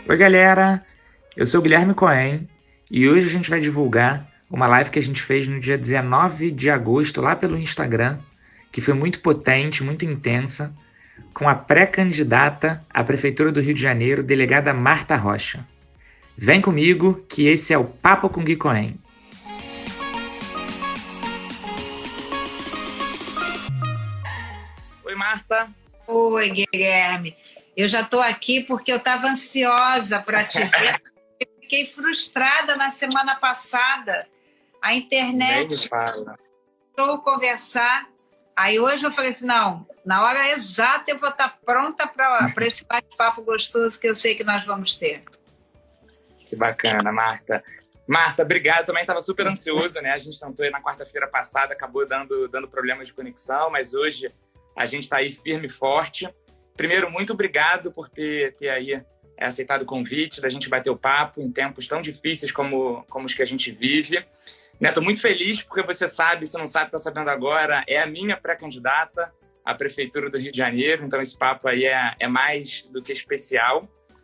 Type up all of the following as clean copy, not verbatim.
Oi, galera! Eu sou o Guilherme Cohen e hoje a gente vai divulgar uma live que a gente fez no dia 19 de agosto lá pelo Instagram, que foi muito potente, muito intensa, com a pré-candidata à Prefeitura do Rio de Janeiro, delegada Marta Rocha. Vem comigo que esse é o Papo com Gui Cohen. Oi, Marta. Oi, Guilherme. Eu já estou aqui porque eu estava ansiosa para te ver. Eu fiquei frustrada na semana passada. A internet deixou conversar. Aí hoje eu falei assim, não, na hora exata eu vou estar pronta para esse bate-papo gostoso que eu sei que nós vamos ter. Que bacana, Marta. Marta, obrigado. Também estava super ansioso, né? A gente tentou aí na quarta-feira passada, acabou dando problemas de conexão, mas hoje a gente está aí firme e forte. Primeiro, muito obrigado por ter aí aceitado o convite, da gente bater o papo em tempos tão difíceis como os que a gente vive. Estou muito feliz porque você sabe, se não sabe, está sabendo agora, é a minha pré-candidata à Prefeitura do Rio de Janeiro, então esse papo aí é mais do que especial.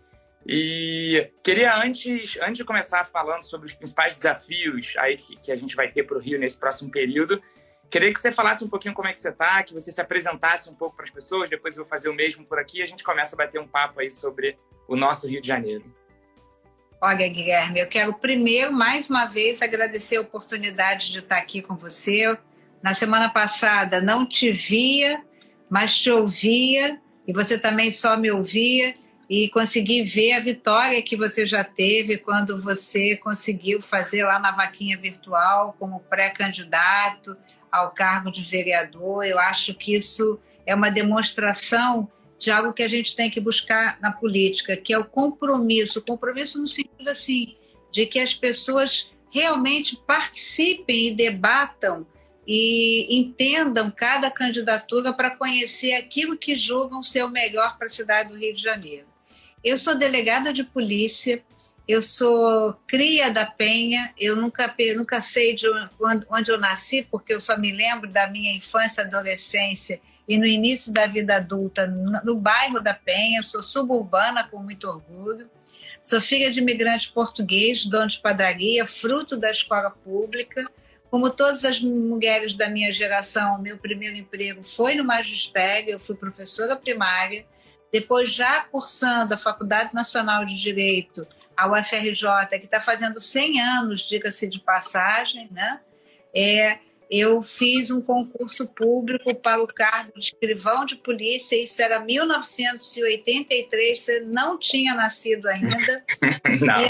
E queria, antes de começar falando sobre os principais desafios aí que a gente vai ter para o Rio nesse próximo período, queria que você falasse um pouquinho como é que você está, que você se apresentasse um pouco para as pessoas, depois eu vou fazer o mesmo por aqui e a gente começa a bater um papo aí sobre o nosso Rio de Janeiro. Olha, Guilherme, eu quero primeiro, mais uma vez, agradecer a oportunidade de estar aqui com você. Na semana passada não te via, mas te ouvia, e você também só me ouvia, e consegui ver a vitória que você já teve quando você conseguiu fazer lá na vaquinha virtual como pré-candidato ao cargo de vereador. Eu acho que isso é uma demonstração de algo que a gente tem que buscar na política, que é o compromisso no sentido assim, de que as pessoas realmente participem e debatam e entendam cada candidatura para conhecer aquilo que julgam ser o melhor para a cidade do Rio de Janeiro. Eu sou delegada de polícia, eu sou cria da Penha, eu nunca sei de onde eu nasci, porque eu só me lembro da minha infância e adolescência e no início da vida adulta no bairro da Penha. Eu sou suburbana com muito orgulho, sou filha de imigrante português, dono de padaria, fruto da escola pública. Como todas as mulheres da minha geração, meu primeiro emprego foi no magistério, eu fui professora primária, depois já cursando a Faculdade Nacional de Direito, a UFRJ, que está fazendo 100 anos, diga-se de passagem, né? Eu fiz um concurso público para o cargo de escrivão de polícia, isso era 1983, você não tinha nascido ainda. Não.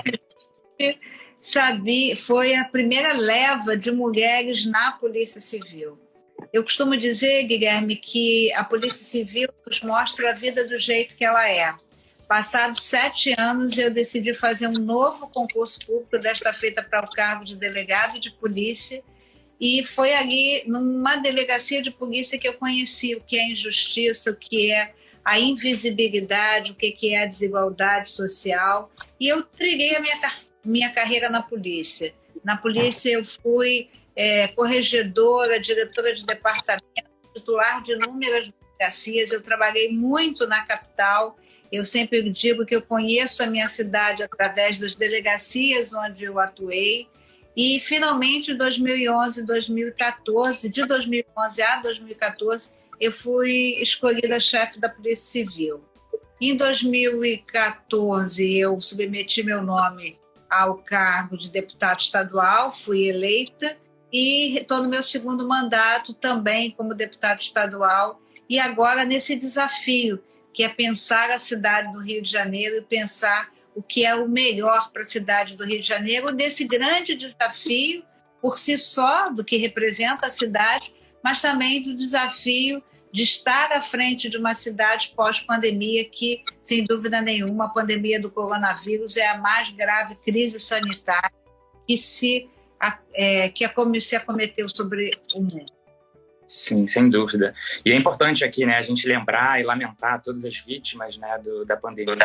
Foi a primeira leva de mulheres na Polícia Civil. Eu costumo dizer, Guilherme, que a Polícia Civil nos mostra a vida do jeito que ela é. Passados 7 anos, eu decidi fazer um novo concurso público, desta feita para o cargo de delegado de polícia, e foi ali, numa delegacia de polícia, que eu conheci o que é injustiça, o que é a invisibilidade, o que é a desigualdade social, e eu trilhei a minha carreira na polícia. Na polícia eu fui corregedora, diretora de departamento, titular de inúmeras delegacias, eu trabalhei muito na capital. Eu sempre digo que eu conheço a minha cidade através das delegacias onde eu atuei. E, finalmente, em 2011 e 2014, de 2011 a 2014, eu fui escolhida chefe da Polícia Civil. Em 2014, eu submeti meu nome ao cargo de deputada estadual, fui eleita e estou no meu segundo mandato também como deputada estadual. E agora nesse desafio, que é pensar a cidade do Rio de Janeiro e pensar o que é o melhor para a cidade do Rio de Janeiro, desse grande desafio, por si só, do que representa a cidade, mas também do desafio de estar à frente de uma cidade pós-pandemia que, sem dúvida nenhuma, a pandemia do coronavírus é a mais grave crise sanitária que se acometeu sobre o mundo. Sim, sem dúvida. E é importante aqui, né, a gente lembrar e lamentar todas as vítimas, né, da pandemia.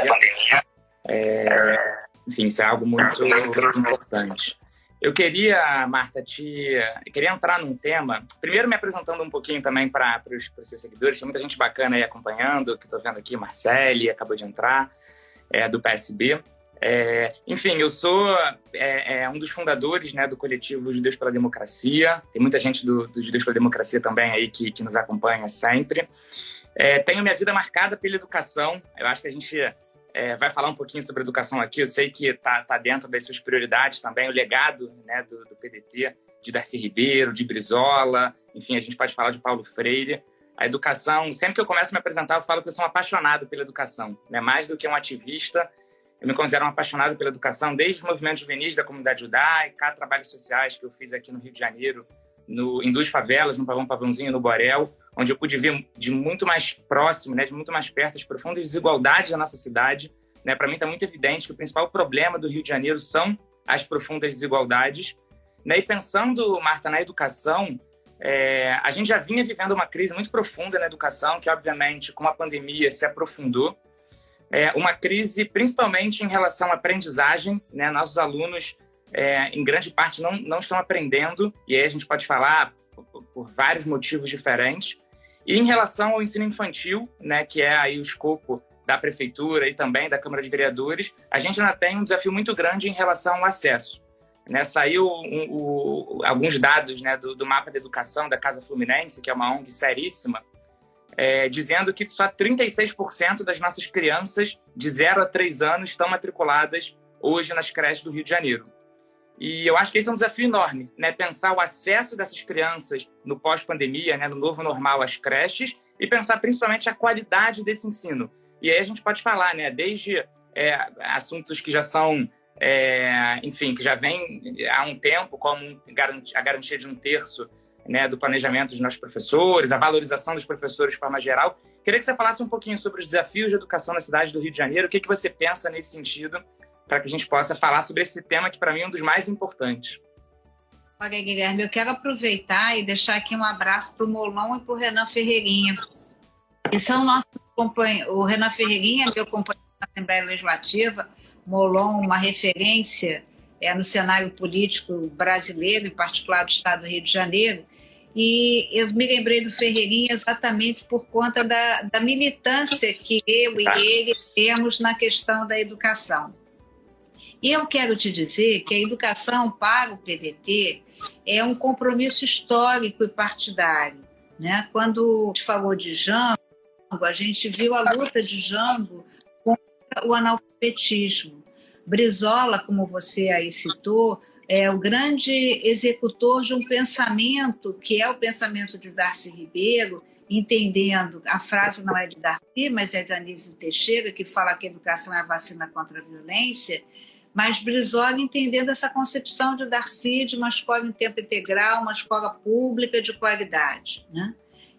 Enfim, isso é algo muito importante. Eu queria, Marta, queria entrar num tema, primeiro me apresentando um pouquinho também para os seus seguidores. Tem muita gente bacana aí acompanhando, que estou vendo aqui, Marcele, acabou de entrar, do PSB. Enfim, eu sou um dos fundadores, né, do coletivo Judeus pela Democracia. Tem muita gente do Judeus pela Democracia também aí que nos acompanha sempre. Tenho minha vida marcada pela educação. Eu acho que a gente vai falar um pouquinho sobre educação aqui. Eu sei que tá dentro das suas prioridades também o legado, né, do PDT, de Darcy Ribeiro, de Brizola. Enfim, a gente pode falar de Paulo Freire. A educação, sempre que eu começo a me apresentar, eu falo que eu sou um apaixonado pela educação, né? Mais do que um ativista. Eu me considero um apaixonado pela educação, desde os movimentos juvenis da comunidade judaica, trabalhos sociais que eu fiz aqui no Rio de Janeiro, em 2 favelas, no Pavãozinho e no Borel, onde eu pude ver de muito mais próximo, né, de muito mais perto, as profundas desigualdades da nossa cidade. Né? Para mim está muito evidente que o principal problema do Rio de Janeiro são as profundas desigualdades. Né? E pensando, Marta, na educação, a gente já vinha vivendo uma crise muito profunda na educação, que obviamente com a pandemia se aprofundou. Uma crise principalmente em relação à aprendizagem, né? Nossos alunos, em grande parte, não estão aprendendo, e aí a gente pode falar por vários motivos diferentes. E em relação ao ensino infantil, né, que é aí o escopo da Prefeitura e também da Câmara de Vereadores, a gente ainda tem um desafio muito grande em relação ao acesso. Né? Saiu alguns dados, né, do Mapa da Educação da Casa Fluminense, que é uma ONG seríssima, dizendo que só 36% das nossas crianças de 0 a 3 anos estão matriculadas hoje nas creches do Rio de Janeiro. E eu acho que esse é um desafio enorme, né? Pensar o acesso dessas crianças no pós-pandemia, né, no novo normal às creches, e pensar principalmente a qualidade desse ensino. E aí a gente pode falar, né, desde assuntos que já são, enfim, que já vem há um tempo, como a garantia de 1/3, né, do planejamento dos nossos professores, a valorização dos professores de forma geral. Queria que você falasse um pouquinho sobre os desafios de educação na cidade do Rio de Janeiro, o que você pensa nesse sentido, para que a gente possa falar sobre esse tema que, para mim, é um dos mais importantes. Olha, Guilherme, eu quero aproveitar e deixar aqui um abraço para o Molon e para o Renan Ferreirinha, que são nossos companheiros. O Renan Ferreirinha é meu companheiro na Assembleia Legislativa, Molon, uma referência no cenário político brasileiro, em particular do Estado do Rio de Janeiro. E eu me lembrei do Ferreirinha exatamente por conta da militância que eu e ele temos na questão da educação. E eu quero te dizer que a educação para o PDT é um compromisso histórico e partidário. Né? Quando a gente falou de Jango, a gente viu a luta de Jango contra o analfabetismo. Brizola, como você aí citou, é o grande executor de um pensamento, que é o pensamento de Darcy Ribeiro, entendendo, a frase não é de Darcy, mas é de Anísio Teixeira, que fala que a educação é a vacina contra a violência, mas Brizola entendendo essa concepção de Darcy de uma escola em tempo integral, uma escola pública de qualidade. Né?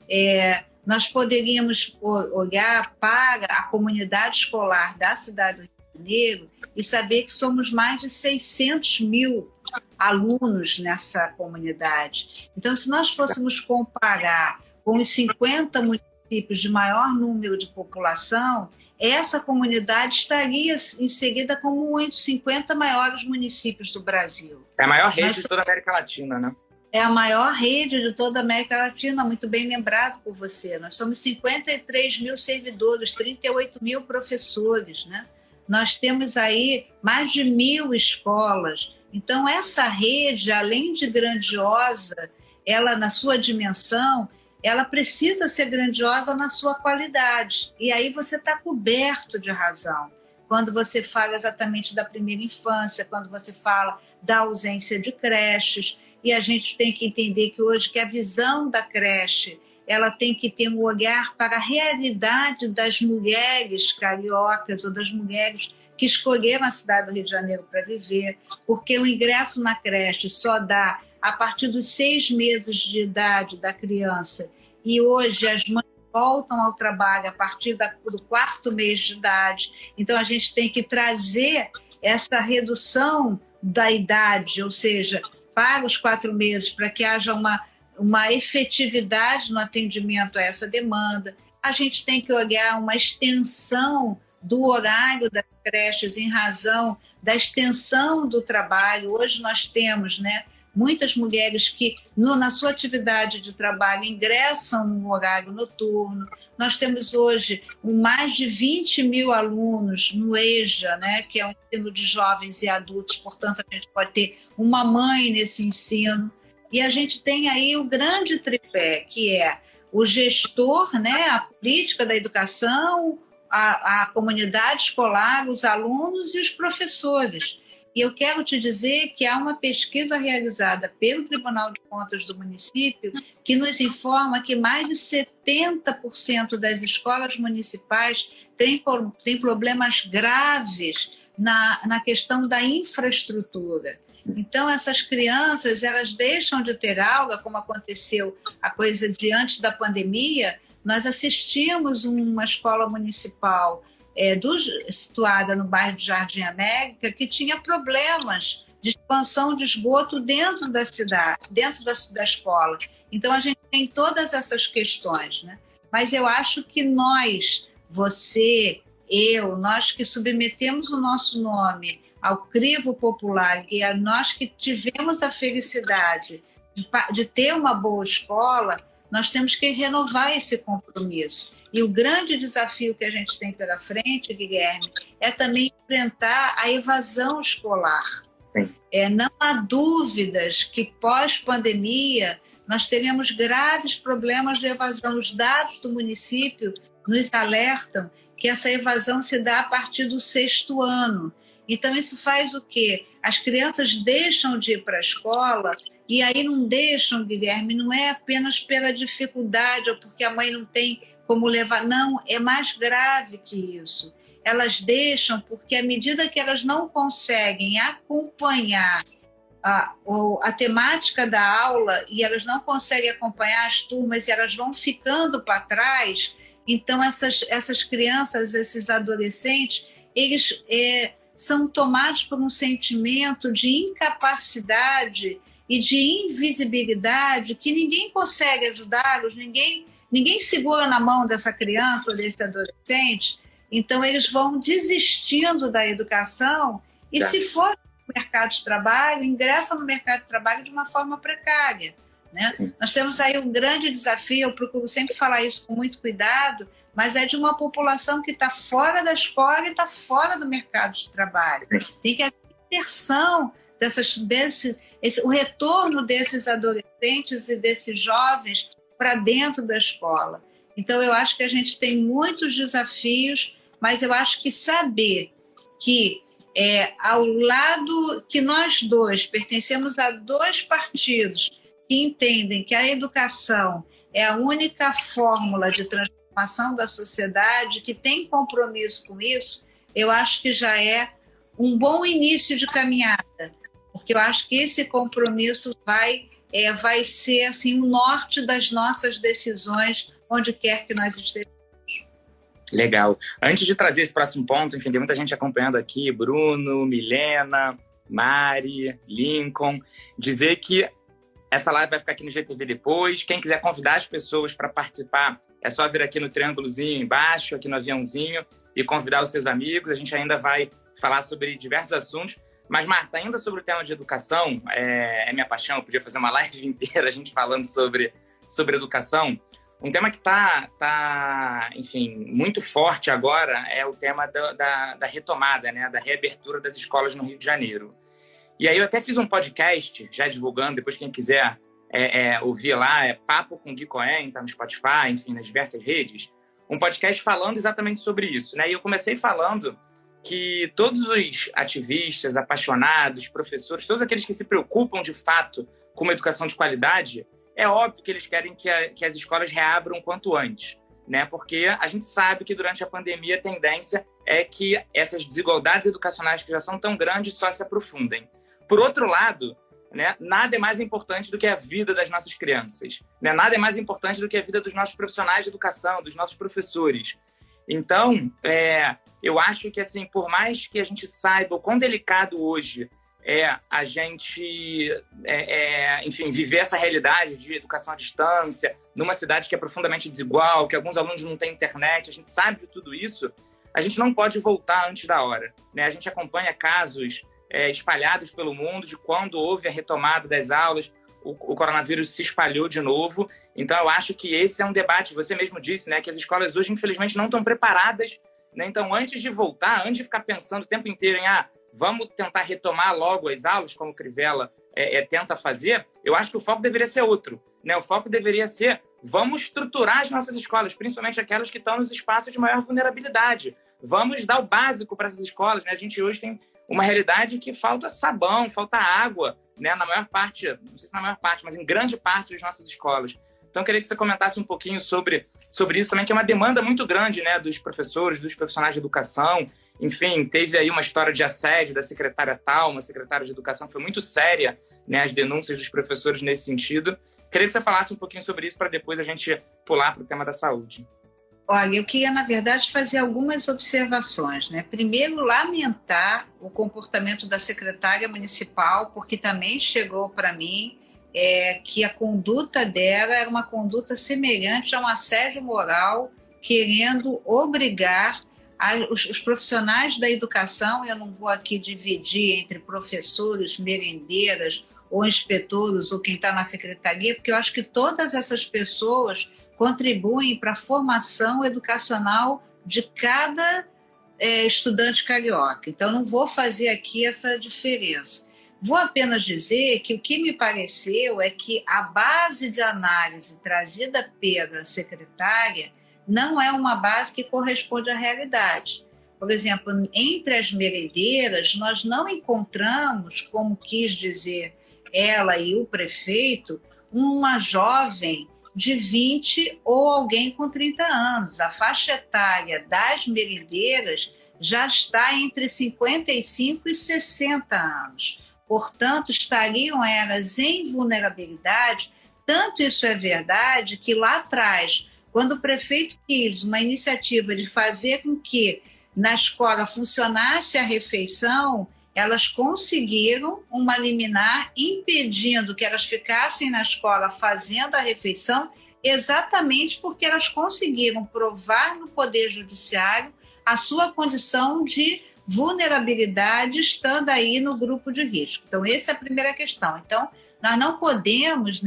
Nós poderíamos olhar para a comunidade escolar da cidade do Rio de Janeiro e saber que somos mais de 600 mil alunos nessa comunidade. Então, se nós fôssemos comparar com os 50 municípios de maior número de população, essa comunidade estaria inserida como um dos 50 maiores municípios do Brasil. É a maior rede de toda a América Latina, né? É a maior rede de toda a América Latina, muito bem lembrado por você. Nós somos 53 mil servidores, 38 mil professores, né? Nós temos aí mais de 1.000 escolas. Então, essa rede, além de grandiosa, ela, na sua dimensão, ela precisa ser grandiosa na sua qualidade. E aí você está coberto de razão. Quando você fala exatamente da primeira infância, quando você fala da ausência de creches, e a gente tem que entender que hoje que a visão da creche ela tem que ter um olhar para a realidade das mulheres cariocas ou das mulheres que escolheram a cidade do Rio de Janeiro para viver, porque o ingresso na creche só dá a partir dos 6 meses de idade da criança, e hoje as mães voltam ao trabalho a partir do 4º mês de idade. Então, a gente tem que trazer essa redução da idade, ou seja, para os 4 meses, para que haja uma efetividade no atendimento a essa demanda. A gente tem que olhar uma extensão do horário das creches em razão da extensão do trabalho. Hoje nós temos, né, muitas mulheres que, na sua atividade de trabalho, ingressam no horário noturno. Nós temos hoje mais de 20 mil alunos no EJA, né, que é um ensino de jovens e adultos, portanto, a gente pode ter uma mãe nesse ensino. E a gente tem aí o grande tripé, que é o gestor, né, a política da educação, a comunidade escolar, os alunos e os professores. E eu quero te dizer que há uma pesquisa realizada pelo Tribunal de Contas do município que nos informa que mais de 70% das escolas municipais têm problemas graves na questão da infraestrutura. Então, essas crianças, elas deixam de ter aula, como aconteceu a coisa de antes da pandemia. Nós assistimos uma escola municipal situada no bairro de Jardim América, que tinha problemas de expansão de esgoto dentro da cidade, dentro da escola. Então, a gente tem todas essas questões, né? Mas eu acho que nós, você, nós que submetemos o nosso nome ao crivo popular, e a nós que tivemos a felicidade de ter uma boa escola, nós temos que renovar esse compromisso. E o grande desafio que a gente tem pela frente, Guilherme, é também enfrentar a evasão escolar. Não há dúvidas que pós-pandemia nós teremos graves problemas de evasão. Os dados do município nos alertam que essa evasão se dá a partir do 6º ano. Então, isso faz o quê? As crianças deixam de ir para a escola, e aí não deixam, Guilherme, não é apenas pela dificuldade ou porque a mãe não tem como levar, não, é mais grave que isso. Elas deixam porque, à medida que elas não conseguem acompanhar a temática da aula e elas não conseguem acompanhar as turmas e elas vão ficando para trás, então essas crianças, esses adolescentes, eles são tomados por um sentimento de incapacidade e de invisibilidade que ninguém consegue ajudá-los, ninguém segura na mão dessa criança ou desse adolescente, então eles vão desistindo da educação e se for no mercado de trabalho, ingressam no mercado de trabalho de uma forma precária, né? Nós temos aí um grande desafio, eu procuro sempre falar isso com muito cuidado, mas é de uma população que está fora da escola e está fora do mercado de trabalho. Tem que haver inserção o retorno desses adolescentes e desses jovens para dentro da escola. Então, eu acho que a gente tem muitos desafios, mas eu acho que saber que ao lado que nós dois pertencemos a 2 partidos que entendem que a educação é a única fórmula de transformação da sociedade, que tem compromisso com isso, eu acho que já é um bom início de caminhada, porque eu acho que esse compromisso vai ser assim, o norte das nossas decisões, onde quer que nós estejamos. Legal. Antes de trazer esse próximo ponto, enfim, tem muita gente acompanhando aqui, Bruno, Milena, Mari, Lincoln, dizer que essa live vai ficar aqui no GTV depois. Quem quiser convidar as pessoas para participar, é só vir aqui no triângulozinho embaixo, aqui no aviãozinho, e convidar os seus amigos. A gente ainda vai falar sobre diversos assuntos. Mas, Marta, ainda sobre o tema de educação, é minha paixão, eu podia fazer uma live inteira a gente falando sobre educação. Um tema que está, enfim, muito forte agora é o tema da retomada, né, da reabertura das escolas no Rio de Janeiro. E aí eu até fiz um podcast, já divulgando, depois quem quiser ouvir lá, Papo com Gui Cohen, tá no Spotify, enfim, nas diversas redes, um podcast falando exatamente sobre isso, né? E eu comecei falando que todos os ativistas, apaixonados, professores, todos aqueles que se preocupam de fato com uma educação de qualidade, é óbvio que eles querem que as escolas reabram o quanto antes, né? Porque a gente sabe que durante a pandemia a tendência é que essas desigualdades educacionais que já são tão grandes só se aprofundem. Por outro lado, né, nada é mais importante do que a vida das nossas crianças, né? Nada é mais importante do que a vida dos nossos profissionais de educação, dos nossos professores. Então, eu acho que, assim, por mais que a gente saiba o quão delicado hoje é a gente, enfim, viver essa realidade de educação à distância, numa cidade que é profundamente desigual, que alguns alunos não têm internet, a gente sabe de tudo isso, a gente não pode voltar antes da hora, né? A gente acompanha casos espalhados pelo mundo, de quando houve a retomada das aulas, o coronavírus se espalhou de novo. Então, eu acho que esse é um debate, você mesmo disse, né, que as escolas hoje, infelizmente, não estão preparadas, né? Então, antes de voltar, antes de ficar pensando o tempo inteiro em vamos tentar retomar logo as aulas, como o Crivella tenta fazer, eu acho que o foco deveria ser outro, né? O foco deveria ser, vamos estruturar as nossas escolas, principalmente aquelas que estão nos espaços de maior vulnerabilidade. Vamos dar o básico para essas escolas, né? A gente hoje tem uma realidade que falta sabão, falta água, né? Na maior parte, não sei se na maior parte, mas em grande parte das nossas escolas. Então, eu queria que você comentasse um pouquinho sobre isso também, que é uma demanda muito grande, né, dos professores, dos profissionais de educação. Enfim, teve aí uma história de assédio da secretária tal, uma secretária de educação que foi muito séria, né, as denúncias dos professores nesse sentido. Queria que você falasse um pouquinho sobre isso para depois a gente pular para o tema da saúde. Olha, eu queria, na verdade, fazer algumas observações, né? Primeiro, lamentar o comportamento da secretária municipal, porque também chegou para mim que a conduta dela era uma conduta semelhante a um assédio moral, querendo obrigar os profissionais da educação, eu não vou aqui dividir entre professores, merendeiras, ou inspetores, ou quem está na secretaria, porque eu acho que todas essas pessoas contribuem para a formação educacional de cada estudante carioca. Então, não vou fazer aqui essa diferença. Vou apenas dizer que o que me pareceu é que a base de análise trazida pela secretária não é uma base que corresponde à realidade. Por exemplo, entre as merendeiras, nós não encontramos, como quis dizer ela e o prefeito, uma jovem de 20 ou alguém com 30 anos. A faixa etária das merendeiras já está entre 55 e 60 anos. Portanto, estariam elas em vulnerabilidade. Tanto isso é verdade que lá atrás, quando o prefeito quis uma iniciativa de fazer com que na escola funcionasse a refeição, elas conseguiram uma liminar impedindo que elas ficassem na escola fazendo a refeição, exatamente porque elas conseguiram provar no Poder Judiciário a sua condição de vulnerabilidade estando aí no grupo de risco. Então, essa é a primeira questão. Então, nós não podemos,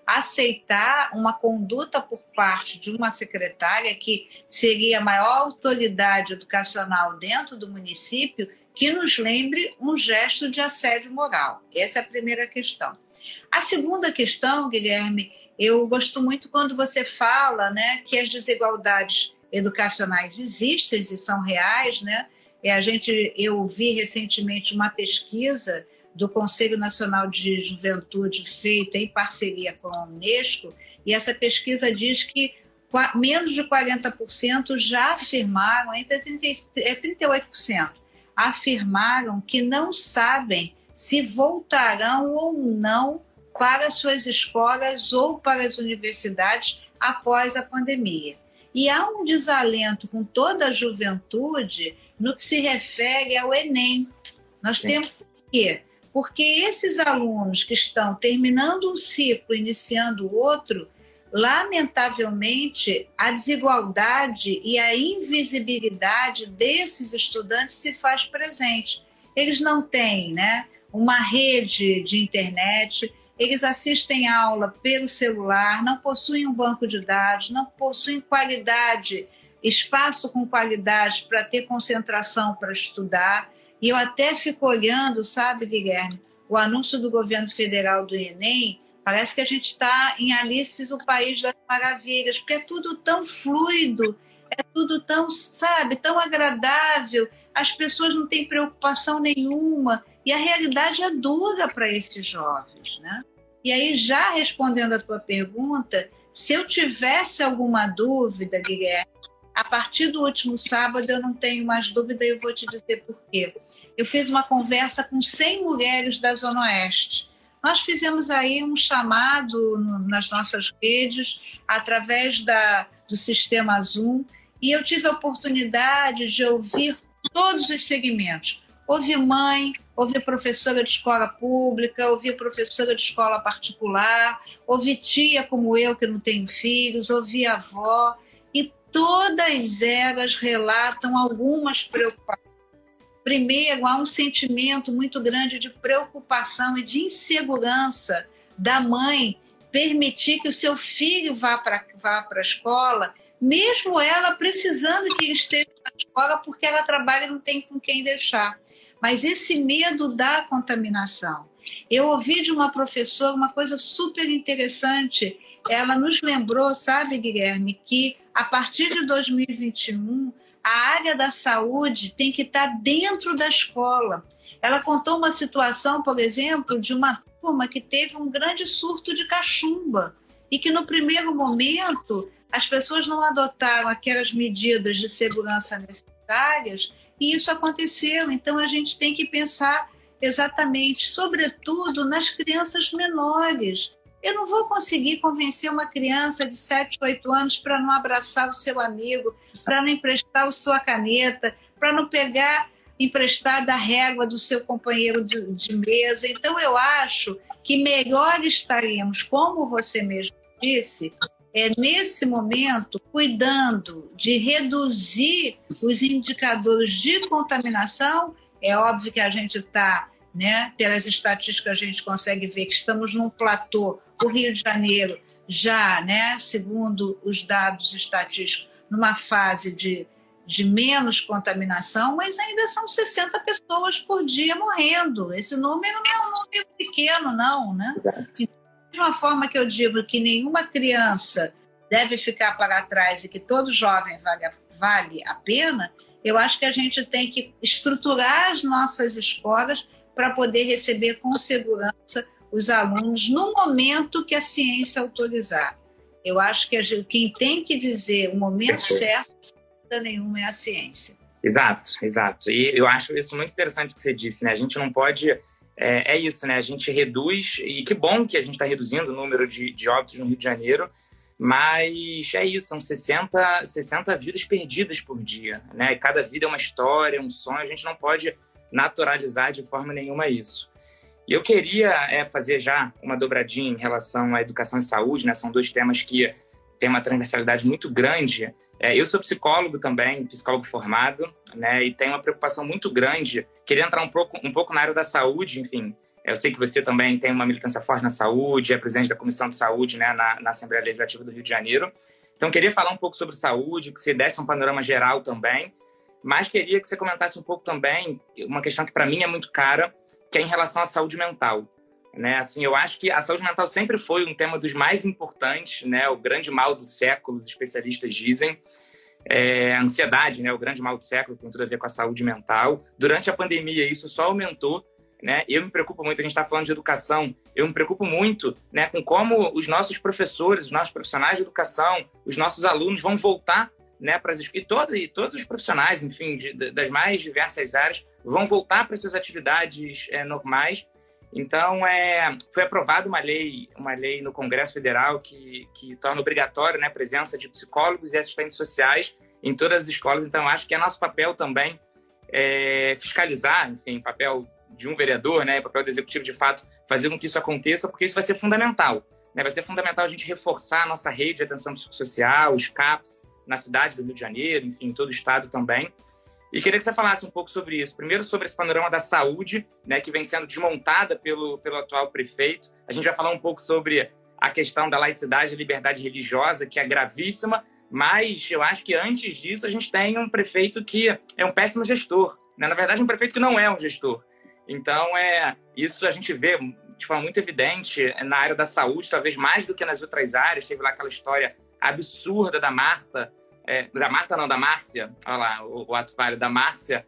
aceitar uma conduta por parte de uma secretária que seria a maior autoridade educacional dentro do município que nos lembre um gesto de assédio moral. Essa é a primeira questão. A segunda questão, Guilherme, eu gosto muito quando você fala, que as desigualdades educacionais existem e são reais, Eu vi recentemente uma pesquisa do Conselho Nacional de Juventude feita em parceria com a Unesco, e essa pesquisa diz que menos de 40% já afirmaram, entre 38%, afirmaram que não sabem se voltarão ou não para suas escolas ou para as universidades após a pandemia. E há um desalento com toda a juventude no que se refere ao Enem. Nós temos que, porque esses alunos que estão terminando um ciclo, iniciando outro, lamentavelmente, a desigualdade e a invisibilidade desses estudantes se faz presente. Eles não têm, uma rede de internet, eles assistem aula pelo celular, não possuem um banco de dados, não possuem qualidade, espaço com qualidade para ter concentração para estudar. E eu até fico olhando, sabe, Guilherme, o anúncio do governo federal do Enem, parece que a gente está em Alice, o País das Maravilhas, porque é tudo tão fluido, é tudo tão, tão agradável, as pessoas não têm preocupação nenhuma, e a realidade é dura para esses jovens, E aí, já respondendo a tua pergunta, se eu tivesse alguma dúvida, Guilherme, a partir do último sábado eu não tenho mais dúvida e eu vou te dizer por quê. Eu fiz uma conversa com 100 mulheres da Zona Oeste. Nós fizemos aí um chamado nas nossas redes, através do sistema Zoom, e eu tive a oportunidade de ouvir todos os segmentos. Ouvi mãe, ouvi professora de escola pública, ouvi professora de escola particular, ouvi tia como eu, que não tenho filhos, ouvi avó, e todas elas relatam algumas Primeiro, há um sentimento muito grande de preocupação e de insegurança da mãe permitir que o seu filho vá para a escola, mesmo ela precisando que ele esteja na escola porque ela trabalha e não tem com quem deixar. Mas esse medo da contaminação. Eu ouvi de uma professora uma coisa super interessante. Ela nos lembrou, sabe, Guilherme, que a partir de 2021, a área da saúde tem que estar dentro da escola. Ela contou uma situação, por exemplo, de uma turma que teve um grande surto de cachumba e que no primeiro momento as pessoas não adotaram aquelas medidas de segurança necessárias e isso aconteceu. Então a gente tem que pensar exatamente, sobretudo nas crianças menores. Eu não vou conseguir convencer uma criança de 7, 8 anos para não abraçar o seu amigo, para não emprestar a sua caneta, para não pegar emprestada a régua do seu companheiro de mesa. Então, eu acho que melhor estaremos, como você mesmo disse, nesse momento, cuidando de reduzir os indicadores de contaminação. É óbvio que a gente está, né, pelas estatísticas, a gente consegue ver que estamos num platô. O Rio de Janeiro já, né, segundo os dados estatísticos, numa fase de menos contaminação, mas ainda são 60 pessoas por dia morrendo. Esse número não é um número pequeno, não, né? De uma forma que eu digo que nenhuma criança deve ficar para trás e que todo jovem vale a pena, eu acho que a gente tem que estruturar as nossas escolas para poder receber com segurança os alunos no momento que a ciência autorizar. Eu acho que quem tem que dizer o momento certo nenhuma é a ciência. Exato, exato. E eu acho isso muito interessante que você disse, né? A gente não pode... É isso, né? A gente reduz, e que bom que a gente está reduzindo o número de óbitos no Rio de Janeiro, mas é isso, são 60 vidas perdidas por dia, né? E cada vida é uma história, um sonho, a gente não pode naturalizar de forma nenhuma isso. E eu queria fazer já uma dobradinha em relação à educação e saúde, né? São dois temas que têm uma transversalidade muito grande. Eu sou psicólogo também, psicólogo formado, né? E tenho uma preocupação muito grande. Queria entrar um pouco na área da saúde, enfim. Eu sei que você também tem uma militância forte na saúde, é presidente da Comissão de Saúde, né, na Assembleia Legislativa do Rio de Janeiro. Então, queria falar um pouco sobre saúde, que você desse um panorama geral também, mas queria que você comentasse um pouco também uma questão que para mim é muito cara, que é em relação à saúde mental. Né? Assim, eu acho que a saúde mental sempre foi um tema dos mais importantes, né? O grande mal do século, os especialistas dizem. A ansiedade, né? O grande mal do século, tem tudo a ver com a saúde mental. Durante a pandemia, isso só aumentou. Né? Eu me preocupo muito, a gente está falando de educação, eu me preocupo muito, né, com como os nossos professores, os nossos profissionais de educação, os nossos alunos vão voltar, né, para as escolas, e todos os profissionais, enfim, das mais diversas áreas, vão voltar para as suas atividades normais. Então, foi aprovada uma lei no Congresso Federal que torna obrigatório, né, a presença de psicólogos e assistentes sociais em todas as escolas. Então, acho que é nosso papel também fiscalizar, enfim, papel de um vereador, né, papel do executivo, de fato, fazer com que isso aconteça, porque isso vai ser fundamental. Né? Vai ser fundamental a gente reforçar a nossa rede de atenção psicossocial, os CAPs, na cidade do Rio de Janeiro, enfim, em todo o estado também. E queria que você falasse um pouco sobre isso. Primeiro, sobre esse panorama da saúde, né, que vem sendo desmontada pelo atual prefeito. A gente vai falar um pouco sobre a questão da laicidade e liberdade religiosa, que é gravíssima, mas eu acho que antes disso a gente tem um prefeito que é um péssimo gestor. Né? Na verdade, um prefeito que não é um gestor. Então, isso a gente vê de forma muito evidente na área da saúde, talvez mais do que nas outras áreas. Teve lá aquela história absurda da Marta, da Márcia, olha lá, o ato falho da Márcia,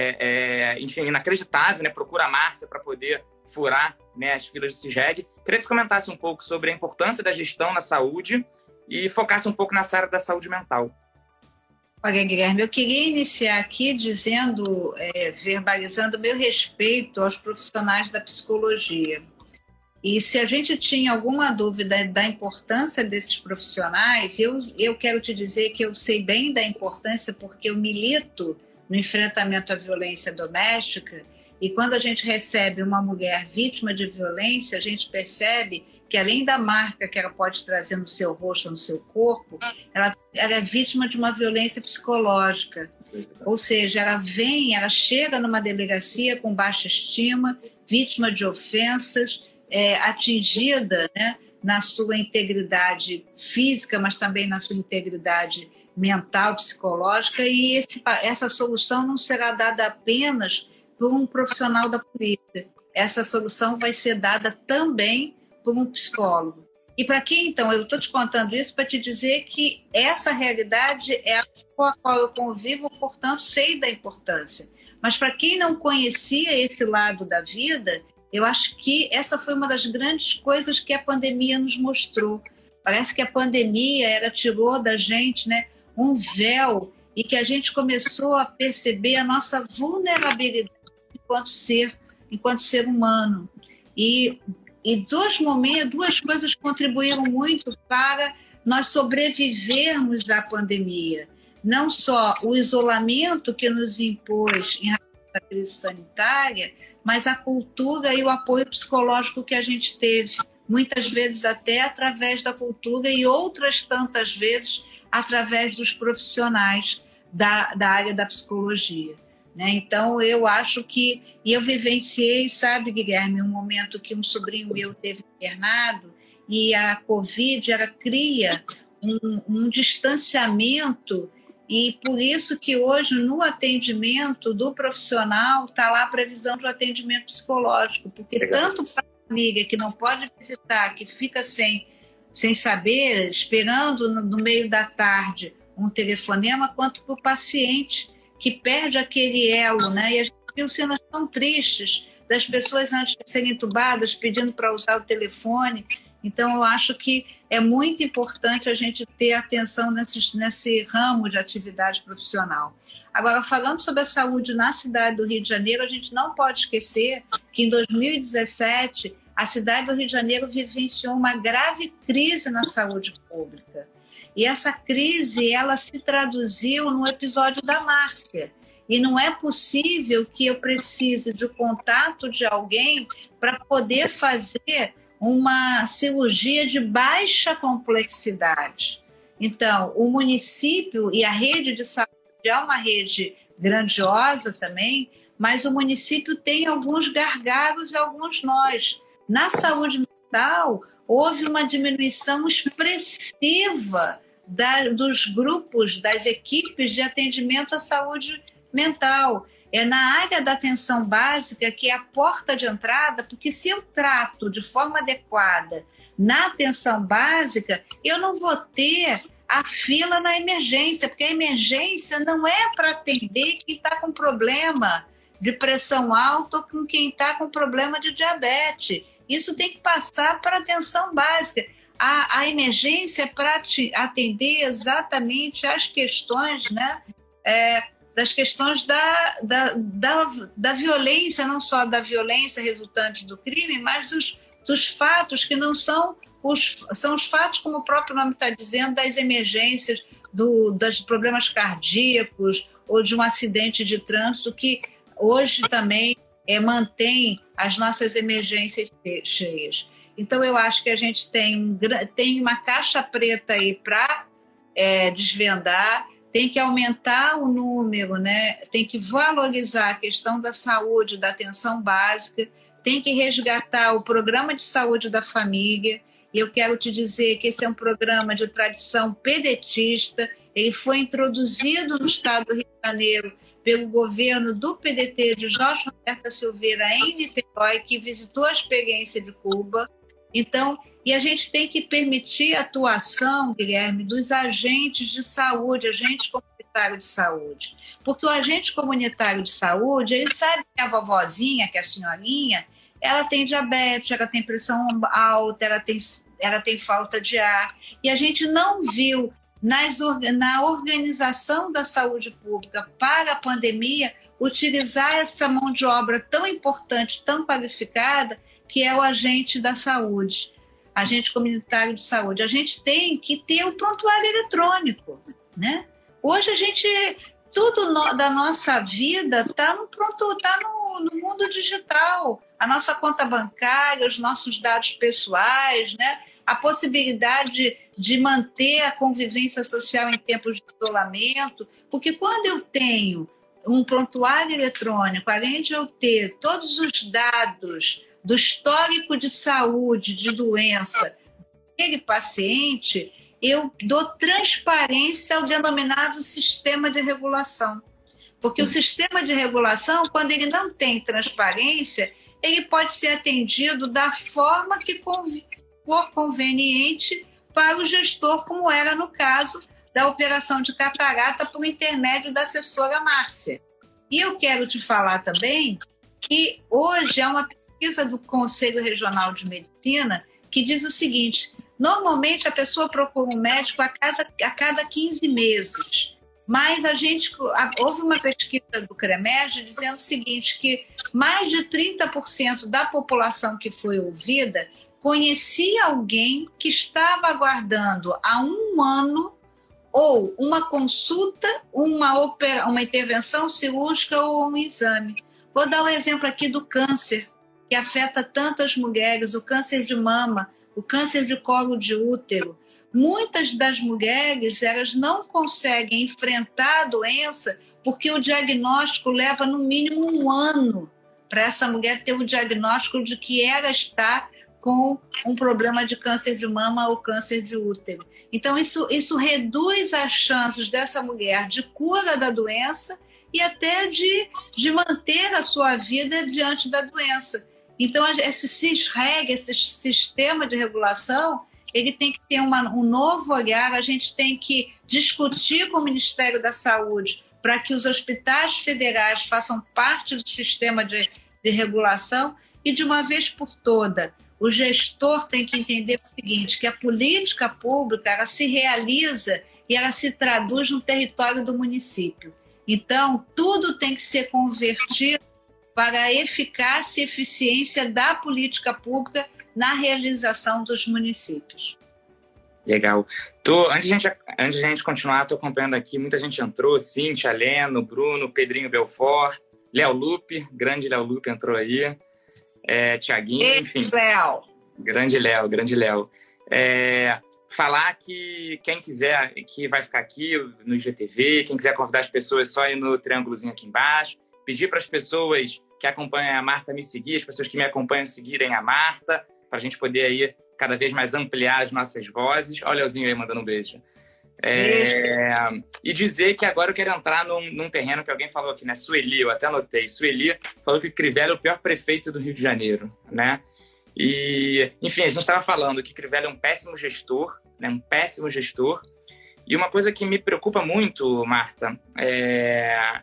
enfim, inacreditável, né? Procura a Márcia para poder furar, né, as filas do CISREG. Queria que você comentasse um pouco sobre a importância da gestão na saúde e focasse um pouco nessa área da saúde mental. Olha, Guilherme, eu queria iniciar aqui dizendo, verbalizando meu respeito aos profissionais da psicologia. E se a gente tinha alguma dúvida da importância desses profissionais, eu quero te dizer que eu sei bem da importância porque eu milito no enfrentamento à violência doméstica E quando a gente recebe uma mulher vítima de violência, a gente percebe que, além da marca que ela pode trazer no seu rosto, no seu corpo, ela é vítima de uma violência psicológica. Ou seja, ela chega numa delegacia com baixa estima, vítima de ofensas, atingida, né, na sua integridade física, mas também na sua integridade mental, psicológica, e essa solução não será dada apenas por um profissional da polícia. Essa solução vai ser dada também por um psicólogo. E para quem, então, eu estou te contando isso para te dizer que essa realidade é a com a qual eu convivo, portanto, sei da importância. Mas para quem não conhecia esse lado da vida, eu acho que essa foi uma das grandes coisas que a pandemia nos mostrou. Parece que a pandemia tirou da gente, né, um véu, e que a gente começou a perceber a nossa vulnerabilidade enquanto ser humano. E duas coisas contribuíram muito para nós sobrevivermos à pandemia. Não só o isolamento que nos impôs em razão da crise sanitária, mas a cultura e o apoio psicológico que a gente teve, muitas vezes até através da cultura e outras tantas vezes através dos profissionais da área da psicologia. Né? Então, eu acho que... E eu vivenciei, sabe, Guilherme, um momento que um sobrinho meu teve internado e a Covid cria um distanciamento, e por isso que hoje, no atendimento do profissional, está lá a previsão do atendimento psicológico, porque tanto para a família que não pode visitar, que fica sem saber, esperando no meio da tarde um telefonema, quanto para o paciente, que perde aquele elo, né? E a gente viu cenas tão tristes das pessoas antes de serem entubadas pedindo para usar o telefone. Então, eu acho que é muito importante a gente ter atenção nesse ramo de atividade profissional. Agora, falando sobre a saúde na cidade do Rio de Janeiro, a gente não pode esquecer que em 2017 a cidade do Rio de Janeiro vivenciou uma grave crise na saúde pública. E essa crise, ela se traduziu no episódio da Márcia. E não é possível que eu precise do contato de alguém para poder fazer uma cirurgia de baixa complexidade. Então, o município e a rede de saúde é uma rede grandiosa também, mas o município tem alguns gargalos e alguns nós. Na saúde mental, houve uma diminuição expressiva dos grupos, das equipes de atendimento à saúde mental. É na área da atenção básica que é a porta de entrada, porque se eu trato de forma adequada na atenção básica, eu não vou ter a fila na emergência, porque a emergência não é para atender quem está com problema de pressão alta ou com quem está com problema de diabetes. Isso tem que passar para a atenção básica. A emergência é para atender exatamente as questões, né, das questões da violência, não só da violência resultante do crime, mas dos fatos que não são são os fatos, como o próprio nome está dizendo, das emergências, dos problemas cardíacos ou de um acidente de trânsito, que hoje também mantém as nossas emergências cheias. Então, eu acho que a gente tem uma caixa preta aí para desvendar, tem que aumentar o número, né? Tem que valorizar a questão da saúde, da atenção básica, tem que resgatar o programa de saúde da família. E eu quero te dizer que esse é um programa de tradição pedetista, ele foi introduzido no estado do Rio de Janeiro pelo governo do PDT de Jorge Roberto da Silveira em Niterói, que visitou a experiência de Cuba. Então, e a gente tem que permitir a atuação, Guilherme, dos agentes de saúde, agente comunitário de saúde. Porque o agente comunitário de saúde, ele sabe que a vovozinha, que a senhorinha, ela tem diabetes, ela tem pressão alta, ela tem falta de ar. E a gente não viu na organização da saúde pública para a pandemia utilizar essa mão de obra tão importante, tão qualificada, que é o agente da saúde, agente comunitário de saúde. A gente tem que ter o prontuário eletrônico, né? Hoje tudo da nossa vida está no mundo digital. A nossa conta bancária, os nossos dados pessoais, né? A possibilidade de manter a convivência social em tempos de isolamento, porque quando eu tenho um prontuário eletrônico, além de eu ter todos os dados do histórico de saúde, de doença daquele paciente, eu dou transparência ao denominado sistema de regulação. Porque o sistema de regulação, quando ele não tem transparência, ele pode ser atendido da forma que for conveniente para o gestor, como era no caso da operação de catarata por intermédio da assessora Márcia. E eu quero te falar também que hoje há uma pesquisa do Conselho Regional de Medicina que diz o seguinte: normalmente a pessoa procura um médico a cada 15 meses. Mas houve uma pesquisa do CREMERG dizendo o seguinte, que mais de 30% da população que foi ouvida conhecia alguém que estava aguardando há um ano ou uma consulta, uma intervenção cirúrgica ou um exame. Vou dar um exemplo aqui do câncer, que afeta tantas mulheres, o câncer de mama, o câncer de colo de útero. Muitas das mulheres, elas não conseguem enfrentar a doença porque o diagnóstico leva no mínimo um ano para essa mulher ter o diagnóstico de que ela está com um problema de câncer de mama ou câncer de útero. Então, isso reduz as chances dessa mulher de cura da doença e até de manter a sua vida diante da doença. Então, esse CISREG, esse sistema de regulação, ele tem que ter um novo olhar, a gente tem que discutir com o Ministério da Saúde para que os hospitais federais façam parte do sistema de regulação e, de uma vez por toda, o gestor tem que entender o seguinte, que a política pública ela se realiza e ela se traduz no território do município. Então, tudo tem que ser convertido para a eficácia e eficiência da política pública na realização dos municípios. Legal. Antes de a gente continuar, estou acompanhando aqui, muita gente entrou, Cíntia, Leno, Bruno, Pedrinho Belfort, Léo Lupe, grande Léo Lupe entrou aí, Tiaguinho, enfim. Léo. Grande Léo. Falar que quem quiser, que vai ficar aqui no IGTV, quem quiser convidar as pessoas, só ir no triângulozinho aqui embaixo, pedir para as pessoas que acompanham a Marta me seguir, as pessoas que me acompanham seguirem a Marta, para a gente poder aí cada vez mais ampliar as nossas vozes. Olha o Leozinho aí mandando um beijo. E dizer que agora eu quero entrar num terreno que alguém falou aqui, né? Sueli, eu até anotei. Sueli falou que Crivella é o pior prefeito do Rio de Janeiro, né? E, enfim, a gente estava falando que Crivella é um péssimo gestor, né? Um péssimo gestor. E uma coisa que me preocupa muito, Marta, é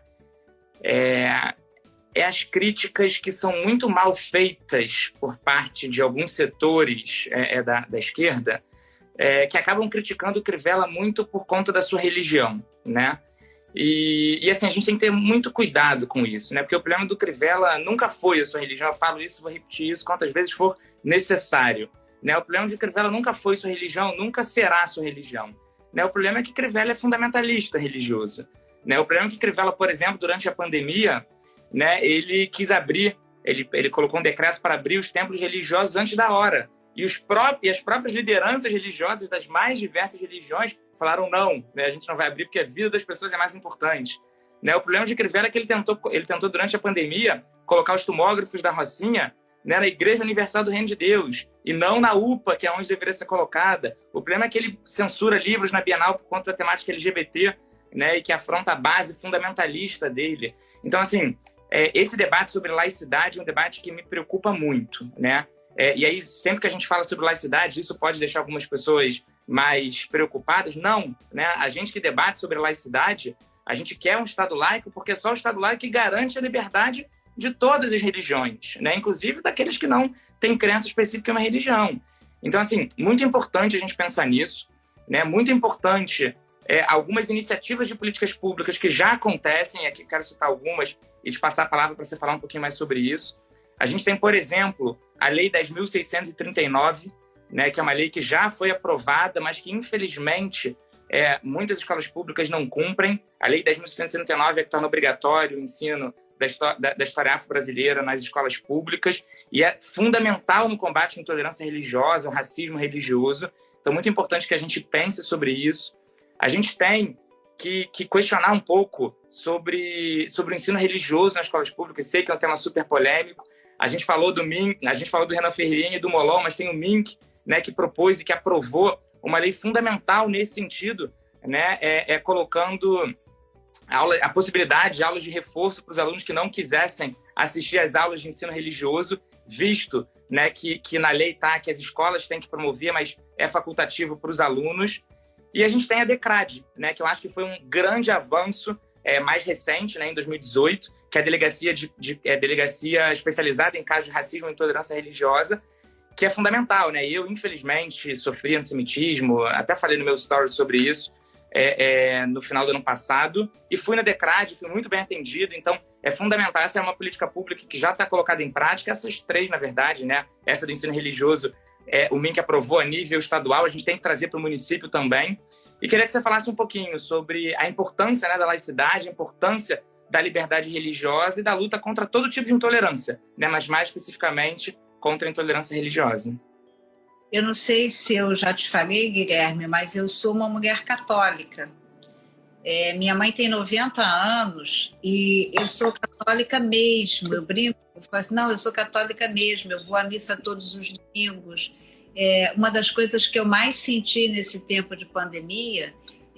as críticas que são muito mal feitas por parte de alguns setores da esquerda, que acabam criticando o Crivella muito por conta da sua religião, né? E assim, a gente tem que ter muito cuidado com isso, né? Porque o problema do Crivella nunca foi a sua religião. Eu falo isso, vou repetir isso quantas vezes for necessário, né? O problema de Crivella nunca foi sua religião, nunca será sua religião, né? O problema é que Crivella é fundamentalista religioso, né? O problema é que Crivella, por exemplo, durante a pandemia, né, ele quis abrir, ele colocou um decreto para abrir os templos religiosos antes da hora. E as próprias lideranças religiosas das mais diversas religiões falaram não, né, a gente não vai abrir porque a vida das pessoas é mais importante. Né, o problema de Crivella é que ele tentou durante a pandemia colocar os tomógrafos da Rocinha, né, na Igreja Universal do Reino de Deus e não na UPA, que é onde deveria ser colocada. O problema é que ele censura livros na Bienal por conta da temática LGBT, né, e que afronta a base fundamentalista dele. Então, assim, esse debate sobre laicidade é um debate que me preocupa muito, né? E aí, sempre que a gente fala sobre laicidade, isso pode deixar algumas pessoas mais preocupadas? Não, né? A gente que debate sobre laicidade, a gente quer um Estado laico porque é só o Estado laico que garante a liberdade de todas as religiões, né? Inclusive daqueles que não têm crença específica em uma religião. Então, assim, muito importante a gente pensar nisso, né? Muito importante algumas iniciativas de políticas públicas que já acontecem, aqui quero citar algumas e te passar a palavra para você falar um pouquinho mais sobre isso. A gente tem, por exemplo, a Lei 10.639, né, que é uma lei que já foi aprovada, mas que, infelizmente, muitas escolas públicas não cumprem. A Lei 10.639 é que torna obrigatório o ensino da história afro-brasileira nas escolas públicas e é fundamental no combate à intolerância religiosa, ao racismo religioso. Então, muito importante que a gente pense sobre isso. A gente tem que questionar um pouco sobre o ensino religioso nas escolas públicas. Sei que é um tema super polêmico. A gente falou do MINC, a gente falou do Renan Ferreirinha e do Molon, mas tem o MINC, né, que propôs e que aprovou uma lei fundamental nesse sentido, né, colocando a possibilidade de aulas de reforço para os alunos que não quisessem assistir às aulas de ensino religioso, visto, né, que na lei está que as escolas têm que promover, mas é facultativo para os alunos. E a gente tem a DECRAD, né, que eu acho que foi um grande avanço mais recente, né, em 2018, que é a delegacia especializada em casos de racismo e intolerância religiosa, que é fundamental, né? Eu, infelizmente, sofri antissemitismo, até falei no meu story sobre isso, no final do ano passado, e fui na DECRAD, fui muito bem atendido, então é fundamental. Essa é uma política pública que já está colocada em prática, essas três, na verdade, né? Essa do ensino religioso, o MINC aprovou a nível estadual, a gente tem que trazer para o município também. E queria que você falasse um pouquinho sobre a importância, né, da laicidade, a importância da liberdade religiosa e da luta contra todo tipo de intolerância, né? Mas mais especificamente contra a intolerância religiosa. Eu não sei se eu já te falei, Guilherme, mas eu sou uma mulher católica. Minha mãe tem 90 anos e eu sou católica mesmo. Eu brinco, eu falo assim, não, eu sou católica mesmo, eu vou à missa todos os domingos. Uma das coisas que eu mais senti nesse tempo de pandemia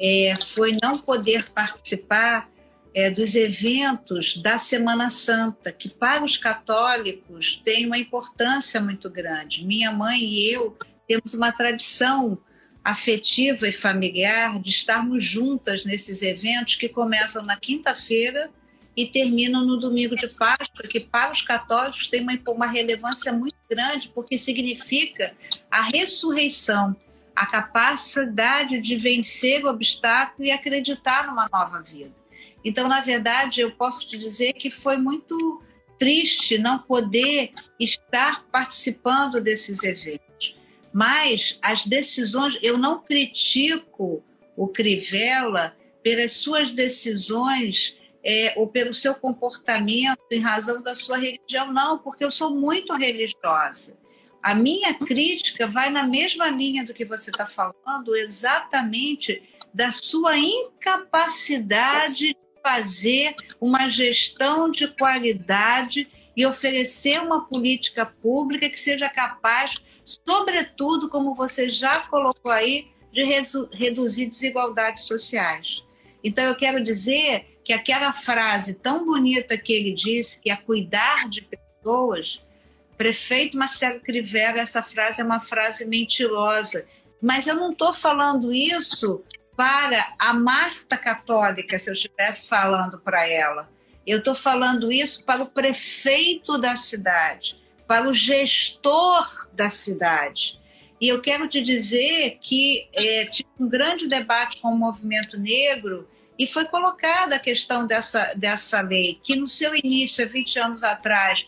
foi não poder participar dos eventos da Semana Santa, que para os católicos tem uma importância muito grande. Minha mãe e eu temos uma tradição afetiva e familiar de estarmos juntas nesses eventos que começam na quinta-feira e terminam no domingo de Páscoa, que para os católicos tem uma relevância muito grande, porque significa a ressurreição, a capacidade de vencer o obstáculo e acreditar numa nova vida. Então, na verdade, eu posso te dizer que foi muito triste não poder estar participando desses eventos. Mas as decisões, eu não critico o Crivella pelas suas decisões ou pelo seu comportamento em razão da sua religião, não, porque eu sou muito religiosa. A minha crítica vai na mesma linha do que você está falando, exatamente da sua incapacidade de fazer uma gestão de qualidade e oferecer uma política pública que seja capaz, sobretudo, como você já colocou aí, de reduzir desigualdades sociais. Então, eu quero dizer que aquela frase tão bonita que ele disse, que é cuidar de pessoas, prefeito Marcelo Crivella, essa frase é uma frase mentirosa. Mas eu não estou falando isso para a Marta católica, se eu estivesse falando para ela. Eu estou falando isso para o prefeito da cidade, para o gestor da cidade. E eu quero te dizer que tive um grande debate com o movimento negro e foi colocada a questão dessa lei, que no seu início, há 20 anos atrás,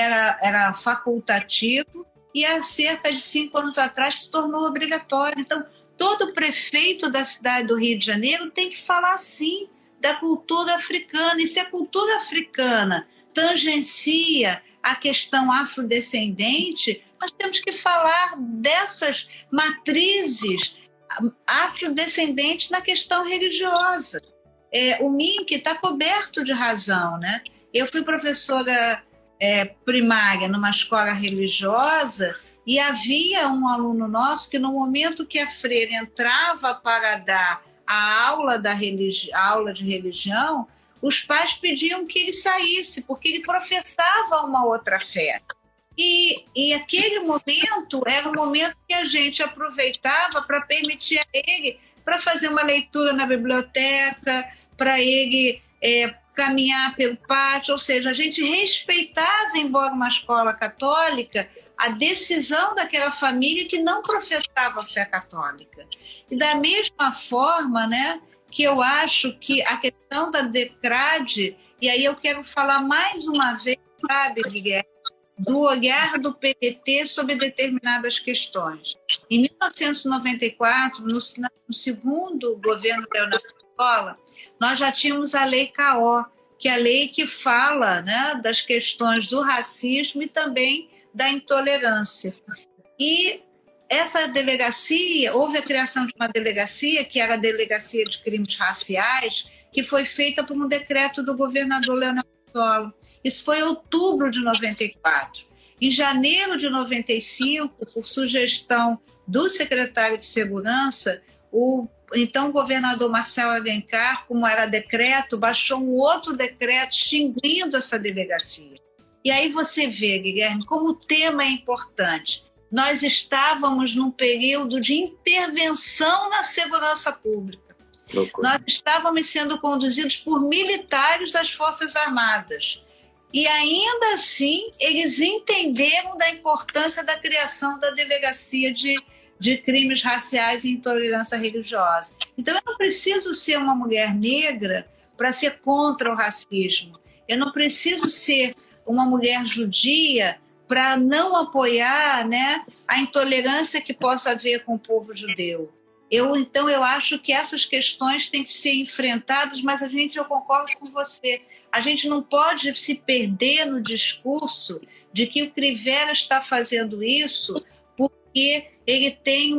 era facultativo e há cerca de 5 anos atrás se tornou obrigatório. Então, todo prefeito da cidade do Rio de Janeiro tem que falar, sim, da cultura africana. E se a cultura africana tangencia a questão afrodescendente, nós temos que falar dessas matrizes afrodescendentes na questão religiosa. O MINC está coberto de razão, né? Eu fui professora primária numa escola religiosa e havia um aluno nosso que, no momento que a freira entrava para dar a aula de religião, os pais pediam que ele saísse, porque ele professava uma outra fé. E aquele momento era um momento que a gente aproveitava para permitir a ele para fazer uma leitura na biblioteca, para ele caminhar pelo pátio, ou seja, a gente respeitava, embora uma escola católica, a decisão daquela família que não professava a fé católica. E da mesma forma, né, que eu acho que a questão da DECRAD, e aí eu quero falar mais uma vez, sabe, Guilherme, do olhar do PDT sobre determinadas questões. Em 1994, no segundo governo Leonardo Scola, nós já tínhamos a Lei CAO, que é a lei que fala, né, das questões do racismo e também da intolerância. E essa delegacia, houve a criação de uma delegacia, que era a Delegacia de Crimes Raciais, que foi feita por um decreto do governador Leonel Brizola. Isso foi em outubro de 94. Em janeiro de 95, por sugestão do secretário de Segurança, o então governador Marcelo Alencar, como era decreto, baixou um outro decreto extinguindo essa delegacia. E aí você vê, Guilherme, como o tema é importante. Nós estávamos num período de intervenção na segurança pública. Nós estávamos sendo conduzidos por militares das Forças Armadas. E ainda assim, eles entenderam da importância da criação da Delegacia de Crimes Raciais e Intolerância Religiosa. Então, eu não preciso ser uma mulher negra para ser contra o racismo. Eu não preciso ser uma mulher judia para não apoiar, né, a intolerância que possa haver com o povo judeu. Então, eu acho que essas questões têm que ser enfrentadas, mas eu concordo com você, a gente não pode se perder no discurso de que o Crivella está fazendo isso porque ele tem um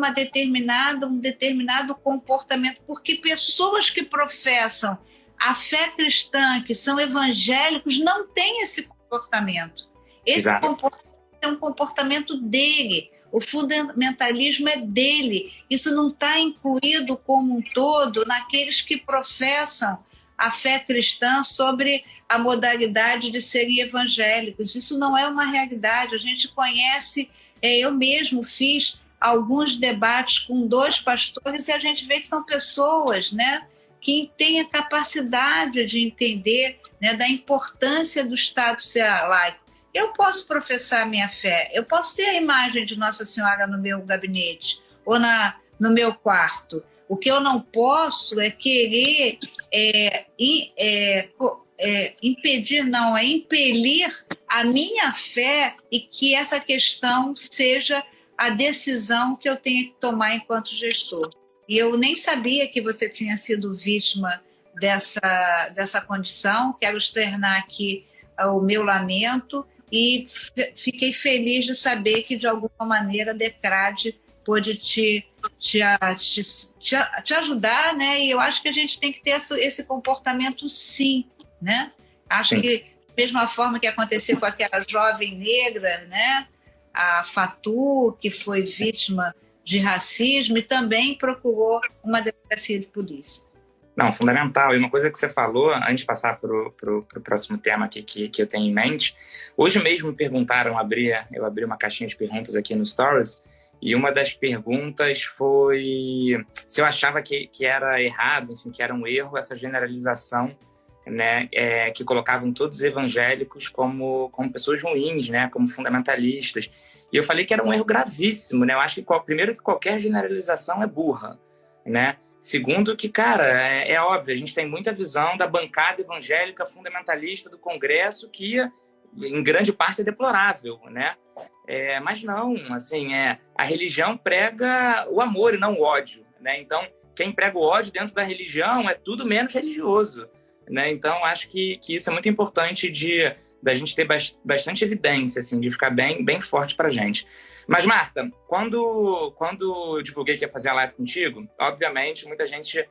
determinado comportamento, porque pessoas que professam a fé cristã, que são evangélicos, não têm esse comportamento. Esse comportamento é um comportamento dele, o fundamentalismo é dele. Isso não está incluído como um todo naqueles que professam a fé cristã sobre a modalidade de serem evangélicos. Isso não é uma realidade. A gente conhece, eu mesmo fiz alguns debates com 2 pastores e a gente vê que são pessoas, né, que têm a capacidade de entender, né, da importância do Estado ser laico. Eu posso professar a minha fé, eu posso ter a imagem de Nossa Senhora no meu gabinete ou no meu quarto. O que eu não posso é querer impelir a minha fé e que essa questão seja a decisão que eu tenho que tomar enquanto gestor. E eu nem sabia que você tinha sido vítima dessa condição. Quero externar aqui o meu lamento e fiquei feliz de saber que, de alguma maneira, a DECRAD pôde te ajudar, né? E eu acho que a gente tem que ter esse comportamento, sim, né? Acho que, da mesma forma que aconteceu com aquela jovem negra, né? A Fatu, que foi vítima de racismo e também procurou uma delegacia de polícia. Não, fundamental. E uma coisa que você falou, antes de passar para o próximo tema aqui que eu tenho em mente, hoje mesmo me perguntaram, eu abri uma caixinha de perguntas aqui no Stories, e uma das perguntas foi se eu achava que era errado, enfim, que era um erro essa generalização, né, que colocavam todos os evangélicos como pessoas ruins, né, como fundamentalistas. E eu falei que era um erro gravíssimo, né? Eu acho que, primeiro, que qualquer generalização é burra, né? Segundo, que, cara, é óbvio, a gente tem muita visão da bancada evangélica fundamentalista do Congresso que, em grande parte, é deplorável, né? Mas não, assim, a religião prega o amor e não o ódio, né? Então, quem prega o ódio dentro da religião é tudo menos religioso, né? Então, acho que isso é muito importante da gente ter bastante evidência, assim, de ficar bem forte pra gente. Mas, Marta, quando eu divulguei que ia fazer a live contigo, obviamente, muita gente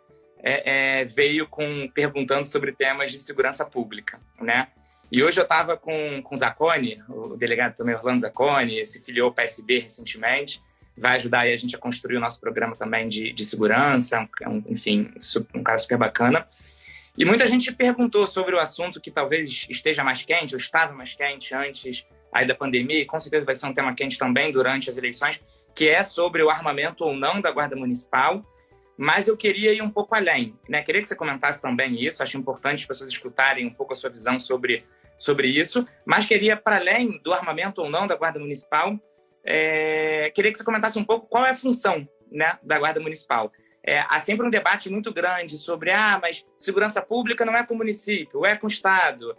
veio perguntando sobre temas de segurança pública, né? E hoje eu estava com o Zacconi, o delegado também, Orlando Zacconi, se filiou ao PSB recentemente, vai ajudar aí a gente a construir o nosso programa também de segurança, enfim, um caso super bacana. E muita gente perguntou sobre o assunto que talvez esteja mais quente, ou estava mais quente antes aí da pandemia, e com certeza vai ser um tema quente também durante as eleições, que é sobre o armamento ou não da Guarda Municipal. Mas eu queria ir um pouco além, né? Queria que você comentasse também isso, acho importante as pessoas escutarem um pouco a sua visão sobre isso, mas queria, para além do armamento ou não da Guarda Municipal, queria que você comentasse um pouco qual é a função, né, da Guarda Municipal. Há sempre um debate muito grande sobre, mas segurança pública não é com o município, é com o Estado.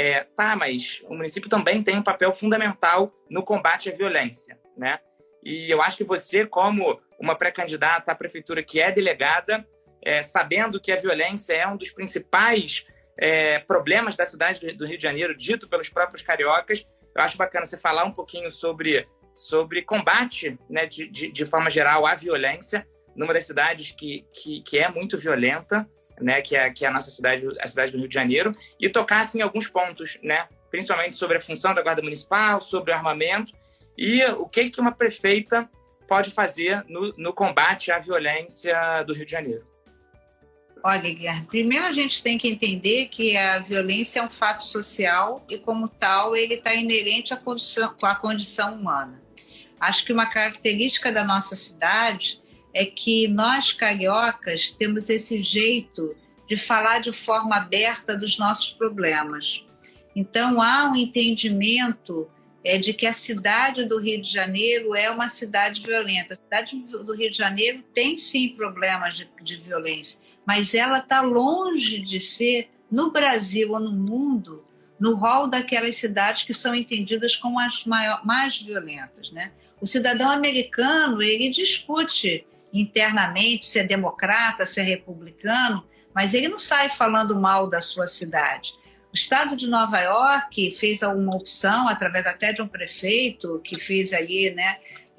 Mas o município também tem um papel fundamental no combate à violência, né? E eu acho que você, como uma pré-candidata à prefeitura que é delegada, sabendo que a violência é um dos principais problemas da cidade do Rio de Janeiro, dito pelos próprios cariocas. Eu acho bacana você falar um pouquinho sobre combate, né, de forma geral, à violência numa das cidades que é muito violenta, né, que é a nossa cidade, a cidade do Rio de Janeiro, e tocar assim, em alguns pontos, né, principalmente sobre a função da Guarda Municipal, sobre o armamento e o que uma prefeita pode fazer no combate à violência do Rio de Janeiro. Olha, Guilherme, primeiro a gente tem que entender que a violência é um fato social e, como tal, ele está inerente à condição humana. Acho que uma característica da nossa cidade é que nós, cariocas, temos esse jeito de falar de forma aberta dos nossos problemas. Então, há um entendimento de que a cidade do Rio de Janeiro é uma cidade violenta. A cidade do Rio de Janeiro tem, sim, problemas de violência, mas ela está longe de ser, no Brasil ou no mundo, no rol daquelas cidades que são entendidas como as mais violentas, né? O cidadão americano, ele discute internamente se é democrata, se é republicano, mas ele não sai falando mal da sua cidade. O estado de Nova York fez uma opção, através até de um prefeito, que fez aí, né,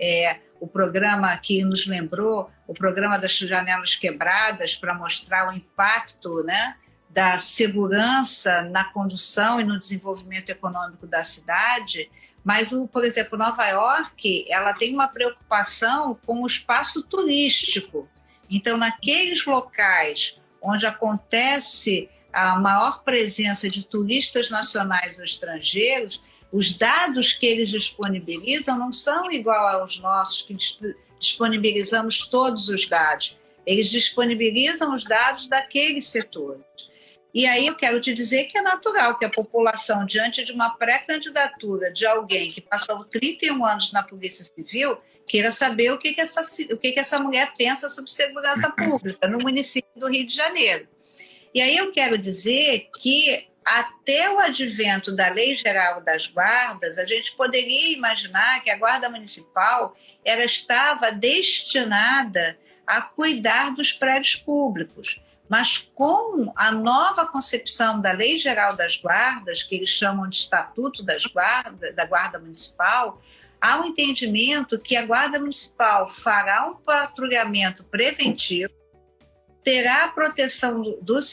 o programa que nos lembrou, o programa das janelas quebradas, para mostrar o impacto, né, da segurança na condução e no desenvolvimento econômico da cidade. Mas, por exemplo, Nova York, ela tem uma preocupação com o espaço turístico. Então, naqueles locais onde acontece a maior presença de turistas nacionais ou estrangeiros, os dados que eles disponibilizam não são igual aos nossos, que disponibilizamos todos os dados. Eles disponibilizam os dados daqueles setores. E aí eu quero te dizer que é natural que a população, diante de uma pré-candidatura de alguém que passou 31 anos na Polícia Civil, queira saber o que essa mulher pensa sobre segurança pública no município do Rio de Janeiro. E aí eu quero dizer que até o advento da Lei Geral das Guardas, a gente poderia imaginar que a Guarda Municipal ela estava destinada a cuidar dos prédios públicos. Mas com a nova concepção da Lei Geral das Guardas, que eles chamam de Estatuto da Guarda Municipal, há um entendimento que a Guarda Municipal fará um patrulhamento preventivo, fará a proteção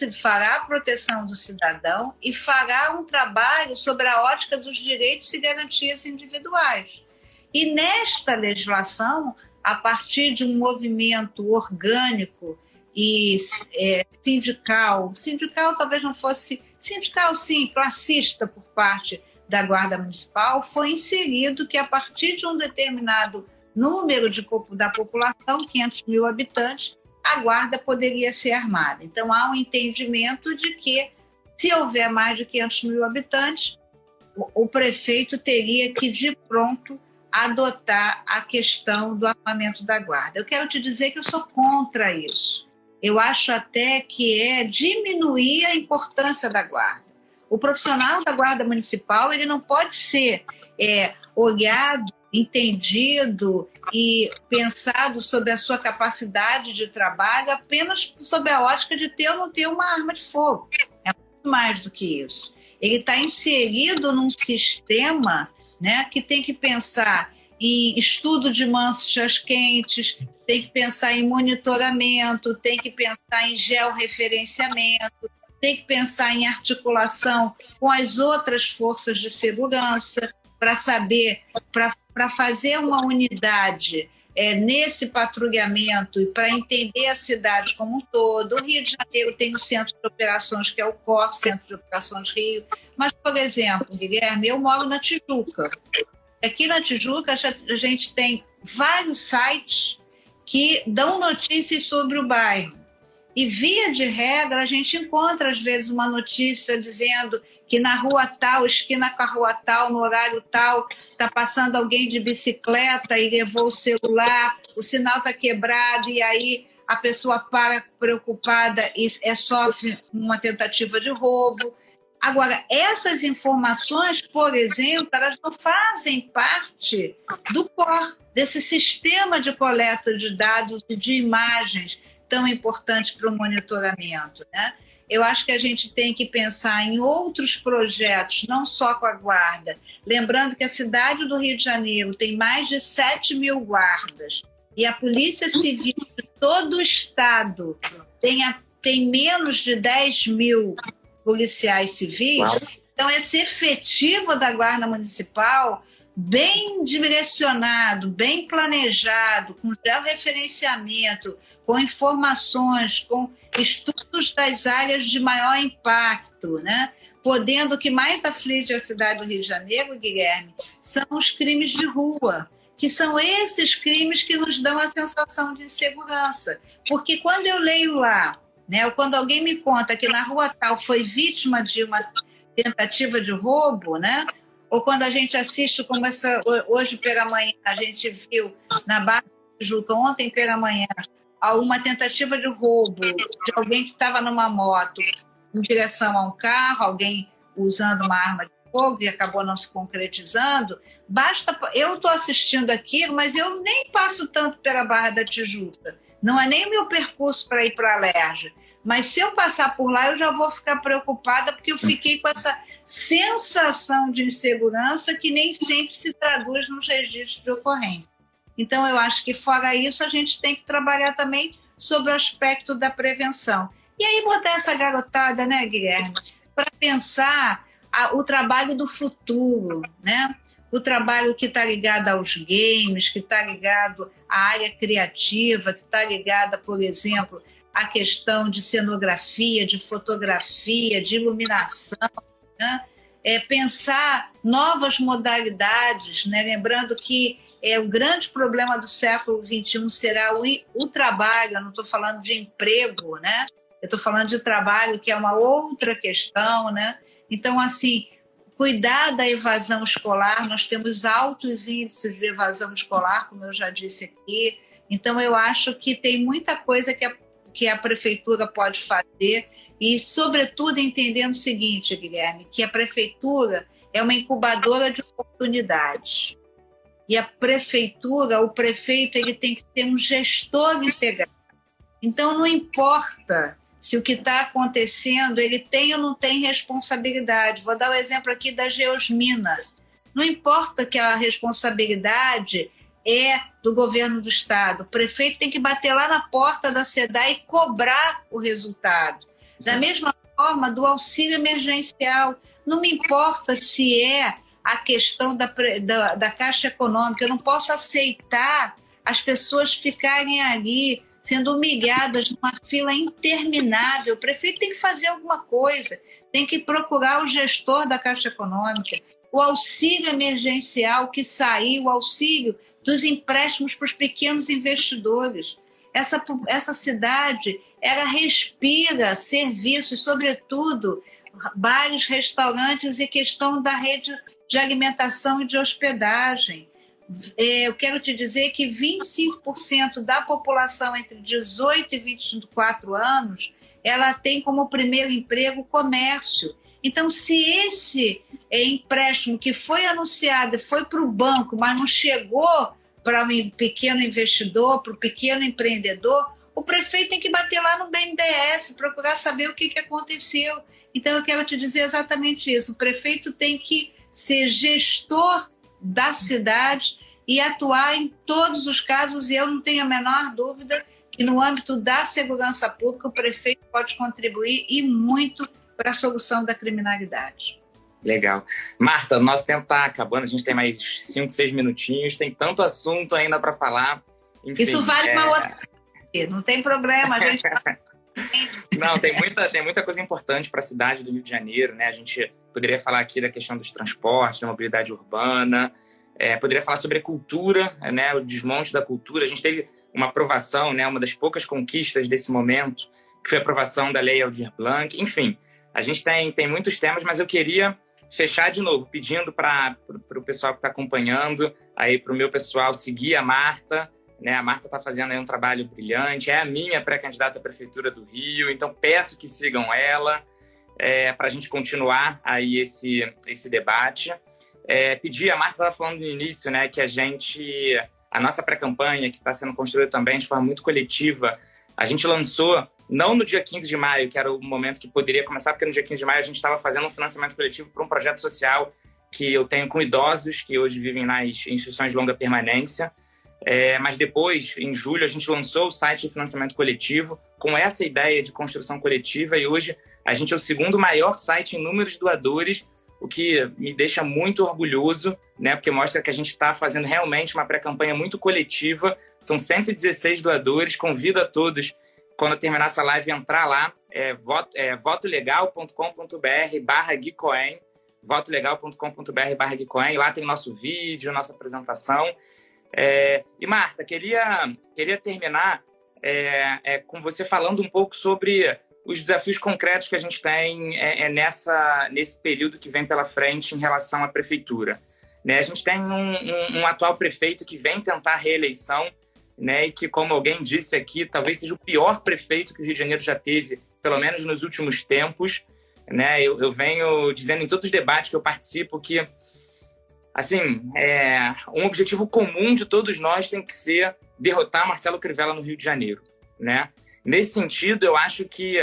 do cidadão e fará um trabalho sobre a ótica dos direitos e garantias individuais. E nesta legislação, a partir de um movimento orgânico e sindical talvez não fosse, sindical sim, classista por parte da Guarda Municipal, foi inserido que a partir de um determinado número da população, 500 mil habitantes, a guarda poderia ser armada. Então, há um entendimento de que, se houver mais de 500 mil habitantes, o prefeito teria que, de pronto, adotar a questão do armamento da guarda. Eu quero te dizer que eu sou contra isso. Eu acho até que diminuir a importância da guarda. O profissional da Guarda Municipal ele não pode ser olhado, entendido e pensado sobre a sua capacidade de trabalho apenas sob a ótica de ter ou não ter uma arma de fogo. É muito mais do que isso. Ele está inserido num sistema, né, que tem que pensar em estudo de manchas quentes, tem que pensar em monitoramento, tem que pensar em georreferenciamento, tem que pensar em articulação com as outras forças de segurança para saber, para fazer uma unidade nesse patrulhamento e para entender a cidade como um todo. O Rio de Janeiro tem um centro de operações que é o COR, Centro de Operações Rio. Mas, por exemplo, Guilherme, eu moro na Tijuca. Aqui na Tijuca a gente tem vários sites que dão notícias sobre o bairro. E, via de regra, a gente encontra, às vezes, uma notícia dizendo que na rua tal, esquina com a rua tal, no horário tal, está passando alguém de bicicleta e levou o celular, o sinal está quebrado e aí a pessoa para preocupada e sofre uma tentativa de roubo. Agora, essas informações, por exemplo, elas não fazem parte do COR, desse sistema de coleta de dados e de imagens tão importante para o monitoramento, né? eu acho que a gente tem que pensar em outros projetos, não só com a guarda. Lembrando que a cidade do Rio de Janeiro tem mais de 7 mil guardas e a Polícia Civil de todo o estado tem menos de 10 mil policiais civis. Uau. Então, esse efetivo da Guarda Municipal, bem direcionado, bem planejado, com georreferenciamento, com informações, com estudos das áreas de maior impacto, né? Podendo, o que mais aflige a cidade do Rio de Janeiro, Guilherme, são os crimes de rua, que são esses crimes que nos dão a sensação de insegurança. Porque quando eu leio lá, né, ou quando alguém me conta que na rua tal foi vítima de uma tentativa de roubo, né? Ou quando a gente assiste, como hoje pela manhã, a gente viu na Barra da Tijuca, ontem pela manhã, uma tentativa de roubo de alguém que estava numa moto em direção a um carro, alguém usando uma arma de fogo e acabou não se concretizando. Eu estou assistindo aquilo, mas eu nem passo tanto pela Barra da Tijuca. Não é nem o meu percurso para ir para a Alerj. Mas se eu passar por lá, eu já vou ficar preocupada, porque eu fiquei com essa sensação de insegurança que nem sempre se traduz nos registros de ocorrência. Então, eu acho que, fora isso, a gente tem que trabalhar também sobre o aspecto da prevenção. E aí, botar essa garotada, né, Guilherme, para pensar o trabalho do futuro, né? O trabalho que está ligado aos games, que está ligado à área criativa, que está ligada, por exemplo, à questão de cenografia, de fotografia, de iluminação, né? Pensar novas modalidades, né? Lembrando que o grande problema do século XXI será o trabalho. Eu não estou falando de emprego, né? Eu estou falando de trabalho, que é uma outra questão, né? Então, assim, cuidar da evasão escolar, nós temos altos índices de evasão escolar, como eu já disse aqui. Então, eu acho que tem muita coisa que a prefeitura pode fazer e, sobretudo, entendendo o seguinte, Guilherme, que a prefeitura é uma incubadora de oportunidades. E a prefeitura, o prefeito, ele tem que ter um gestor integrado. Então, não importa se o que está acontecendo, ele tem ou não tem responsabilidade. Vou dar o exemplo aqui da Geosmina. Não importa que a responsabilidade é do governo do estado. O prefeito tem que bater lá na porta da SEDAI e cobrar o resultado. Da mesma forma, do auxílio emergencial. Não me importa se é a questão da Caixa Econômica. Eu não posso aceitar as pessoas ficarem ali sendo humilhadas numa fila interminável. O prefeito tem que fazer alguma coisa, tem que procurar o gestor da Caixa Econômica, o auxílio emergencial que saiu, o auxílio dos empréstimos para os pequenos investidores. Essa cidade, ela respira serviços, sobretudo bares, restaurantes e questão da rede de alimentação e de hospedagem. Eu quero te dizer que 25% da população entre 18 e 24 anos, ela tem como primeiro emprego comércio. Então, se esse empréstimo que foi anunciado e foi para o banco, mas não chegou para um pequeno investidor, para o pequeno empreendedor, o prefeito tem que bater lá no BNDES, procurar saber o que aconteceu. Então, eu quero te dizer exatamente isso. O prefeito tem que ser gestor da cidade e atuar em todos os casos, e eu não tenho a menor dúvida que no âmbito da segurança pública o prefeito pode contribuir e muito para a solução da criminalidade. Legal. Marta, nosso tempo está acabando, a gente tem mais 5, 6 minutinhos, tem tanto assunto ainda para falar. Enfim, isso vale uma outra... Não tem problema, a gente... Não, tem muita coisa importante para a cidade do Rio de Janeiro, né? A gente poderia falar aqui da questão dos transportes, da mobilidade urbana, poderia falar sobre a cultura, né? O desmonte da cultura. A gente teve uma aprovação, né? Uma das poucas conquistas desse momento, que foi a aprovação da Lei Aldir Blanc. Enfim, a gente tem muitos temas, mas eu queria fechar de novo, pedindo para o pessoal que está acompanhando, aí para o meu pessoal seguir a Marta, né? A Marta está fazendo aí um trabalho brilhante, é a minha pré-candidata à Prefeitura do Rio, então peço que sigam ela para a gente continuar aí esse debate. Pedir, a Marta estava falando no início, né, que a nossa pré-campanha, que está sendo construída também de forma muito coletiva, a gente lançou não no dia 15 de maio, que era o momento que poderia começar, porque no dia 15 de maio a gente estava fazendo um financiamento coletivo para um projeto social que eu tenho com idosos que hoje vivem nas instituições de longa permanência. Mas depois, em julho, a gente lançou o site de financiamento coletivo com essa ideia de construção coletiva, e hoje a gente é o segundo maior site em número de doadores, o que me deixa muito orgulhoso, né? Porque mostra que a gente está fazendo realmente uma pré-campanha muito coletiva. São 116 doadores. Convido a todos, quando eu terminar essa live, entrar lá, votolegal.com.br/Gui Cohen, votolegal.com.br/Gui Cohen. Lá tem nosso vídeo, nossa apresentação. E, Marta, queria terminar com você falando um pouco sobre os desafios concretos que a gente tem nesse período que vem pela frente em relação à prefeitura. Né? A gente tem um atual prefeito que vem tentar a reeleição, né? E que, como alguém disse aqui, talvez seja o pior prefeito que o Rio de Janeiro já teve, pelo menos nos últimos tempos. Né? Eu venho dizendo em todos os debates que eu participo que, assim, um objetivo comum de todos nós tem que ser derrotar Marcelo Crivella no Rio de Janeiro. Né? Nesse sentido, eu acho que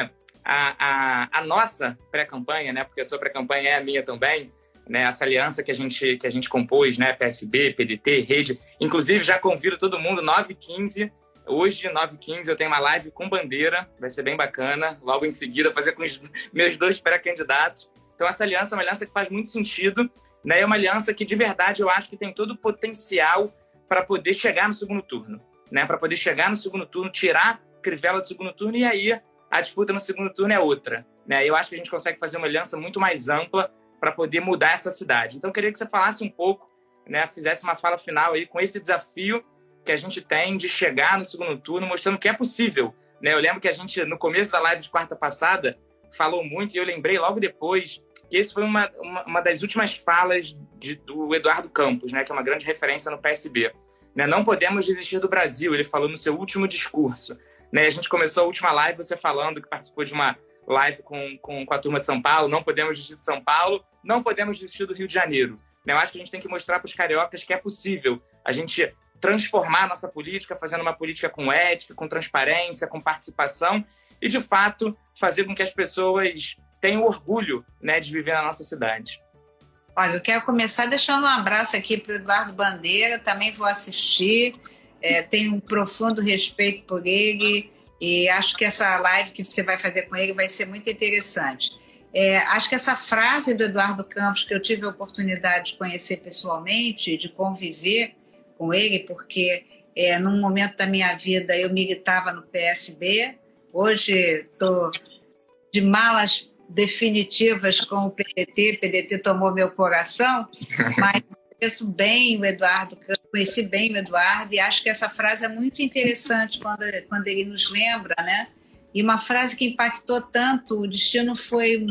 a nossa pré-campanha, né? Porque a sua pré-campanha é a minha também, né? Essa aliança que a gente compôs, né? PSB, PDT, Rede. Inclusive, já convido todo mundo, 9h15. Hoje, 9h15, eu tenho uma live com bandeira. Vai ser bem bacana. Logo em seguida, fazer com os meus 2 pré-candidatos. Então, essa aliança é uma aliança que faz muito sentido. Né? É uma aliança que, de verdade, eu acho que tem todo o potencial para poder chegar no segundo turno. Né? Para poder chegar no segundo turno, tirar Crivella do segundo turno, e aí a disputa no segundo turno é outra. Né? Eu acho que a gente consegue fazer uma aliança muito mais ampla para poder mudar essa cidade. Então, eu queria que você falasse um pouco, né? Fizesse uma fala final aí com esse desafio que a gente tem de chegar no segundo turno, mostrando que é possível. Né? Eu lembro que a gente, no começo da live de quarta passada, falou muito, e eu lembrei logo depois que esse foi uma das últimas falas do Eduardo Campos, né? Que é uma grande referência no PSB. Né? Não podemos desistir do Brasil, ele falou no seu último discurso. Né? A gente começou a última live você falando que participou de uma live com a turma de São Paulo, não podemos desistir de São Paulo, não podemos desistir do Rio de Janeiro. Né? Eu acho que a gente tem que mostrar para os cariocas que é possível a gente transformar a nossa política, fazendo uma política com ética, com transparência, com participação e, de fato, fazer com que as pessoas tenham orgulho, né, de viver na nossa cidade. Olha, eu quero começar deixando um abraço aqui para o Eduardo Bandeira, também vou assistir, tenho um profundo respeito por ele e acho que essa live que você vai fazer com ele vai ser muito interessante. Acho que essa frase do Eduardo Campos, que eu tive a oportunidade de conhecer pessoalmente, de conviver com ele, porque num momento da minha vida eu militava no PSB, hoje estou de malas definitivas com o PDT tomou meu coração, mas conheço bem o Eduardo, conheci bem o Eduardo e acho que essa frase é muito interessante quando ele nos lembra, né? E uma frase que impactou tanto, o destino foi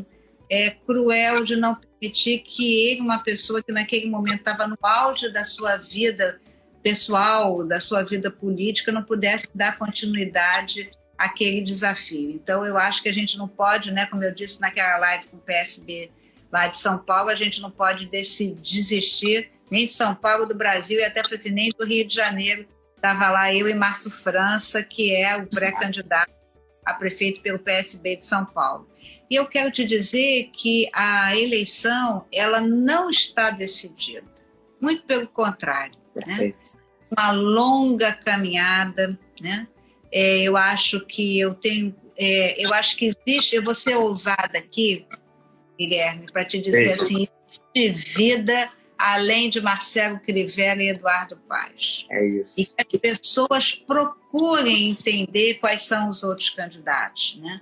cruel de não permitir que ele, uma pessoa que naquele momento estava no auge da sua vida pessoal, da sua vida política, não pudesse dar continuidade àquele desafio. Então, eu acho que a gente não pode, né, como eu disse naquela live com o PSB lá de São Paulo, a gente não pode desistir nem de São Paulo, do Brasil, e até assim, nem do Rio de Janeiro. Estava lá eu e Márcio França, que é o pré-candidato a prefeito pelo PSB de São Paulo. E eu quero te dizer que a eleição ela não está decidida, muito pelo contrário, né? Uma longa caminhada, né? Eu acho que existe, eu vou ser ousada aqui, Guilherme, para te dizer assim, existe vida além de Marcelo Crivella e Eduardo Paes. É isso. E que as pessoas procurem entender quais são os outros candidatos, né?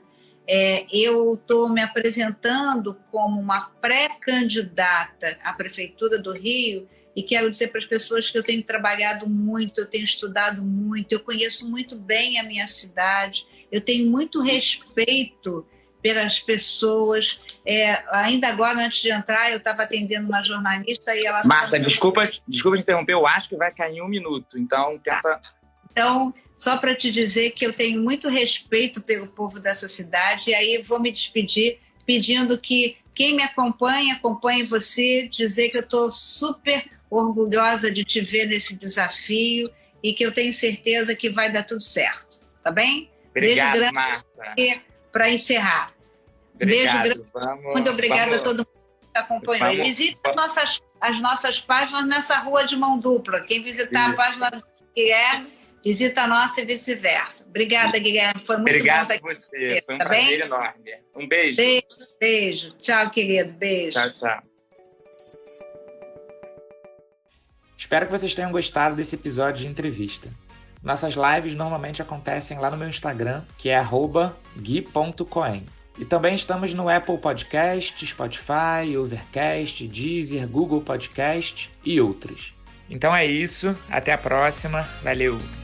Eu estou me apresentando como uma pré-candidata à Prefeitura do Rio e quero dizer para as pessoas que eu tenho trabalhado muito, eu tenho estudado muito, eu conheço muito bem a minha cidade, eu tenho muito respeito pelas pessoas. Ainda agora, antes de entrar, eu estava atendendo uma jornalista e ela... Marta, desculpa te interromper, eu acho que vai cair em 1 minuto, então tenta... Tá. Então, só para te dizer que eu tenho muito respeito pelo povo dessa cidade, e aí vou me despedir pedindo que quem me acompanhe você, dizer que eu estou super orgulhosa de te ver nesse desafio e que eu tenho certeza que vai dar tudo certo, tá bem? Obrigado, Beijo grande, Marta. Para encerrar. Obrigado. Beijo grande. Muito obrigada a todo mundo que acompanhou. E visite as nossas páginas nessa rua de mão dupla. Quem visitar a página do Guilherme, visita a nossa e vice-versa. Obrigada, Guilherme. Foi muito bom estar aqui. Obrigado a você. Foi um prazer enorme. Um beijo. Beijo. Tchau, querido. Beijo. Tchau. Espero que vocês tenham gostado desse episódio de entrevista. Nossas lives normalmente acontecem lá no meu Instagram, que é @gui.coen. E também estamos no Apple Podcast, Spotify, Overcast, Deezer, Google Podcast e outros. Então é isso, até a próxima, valeu!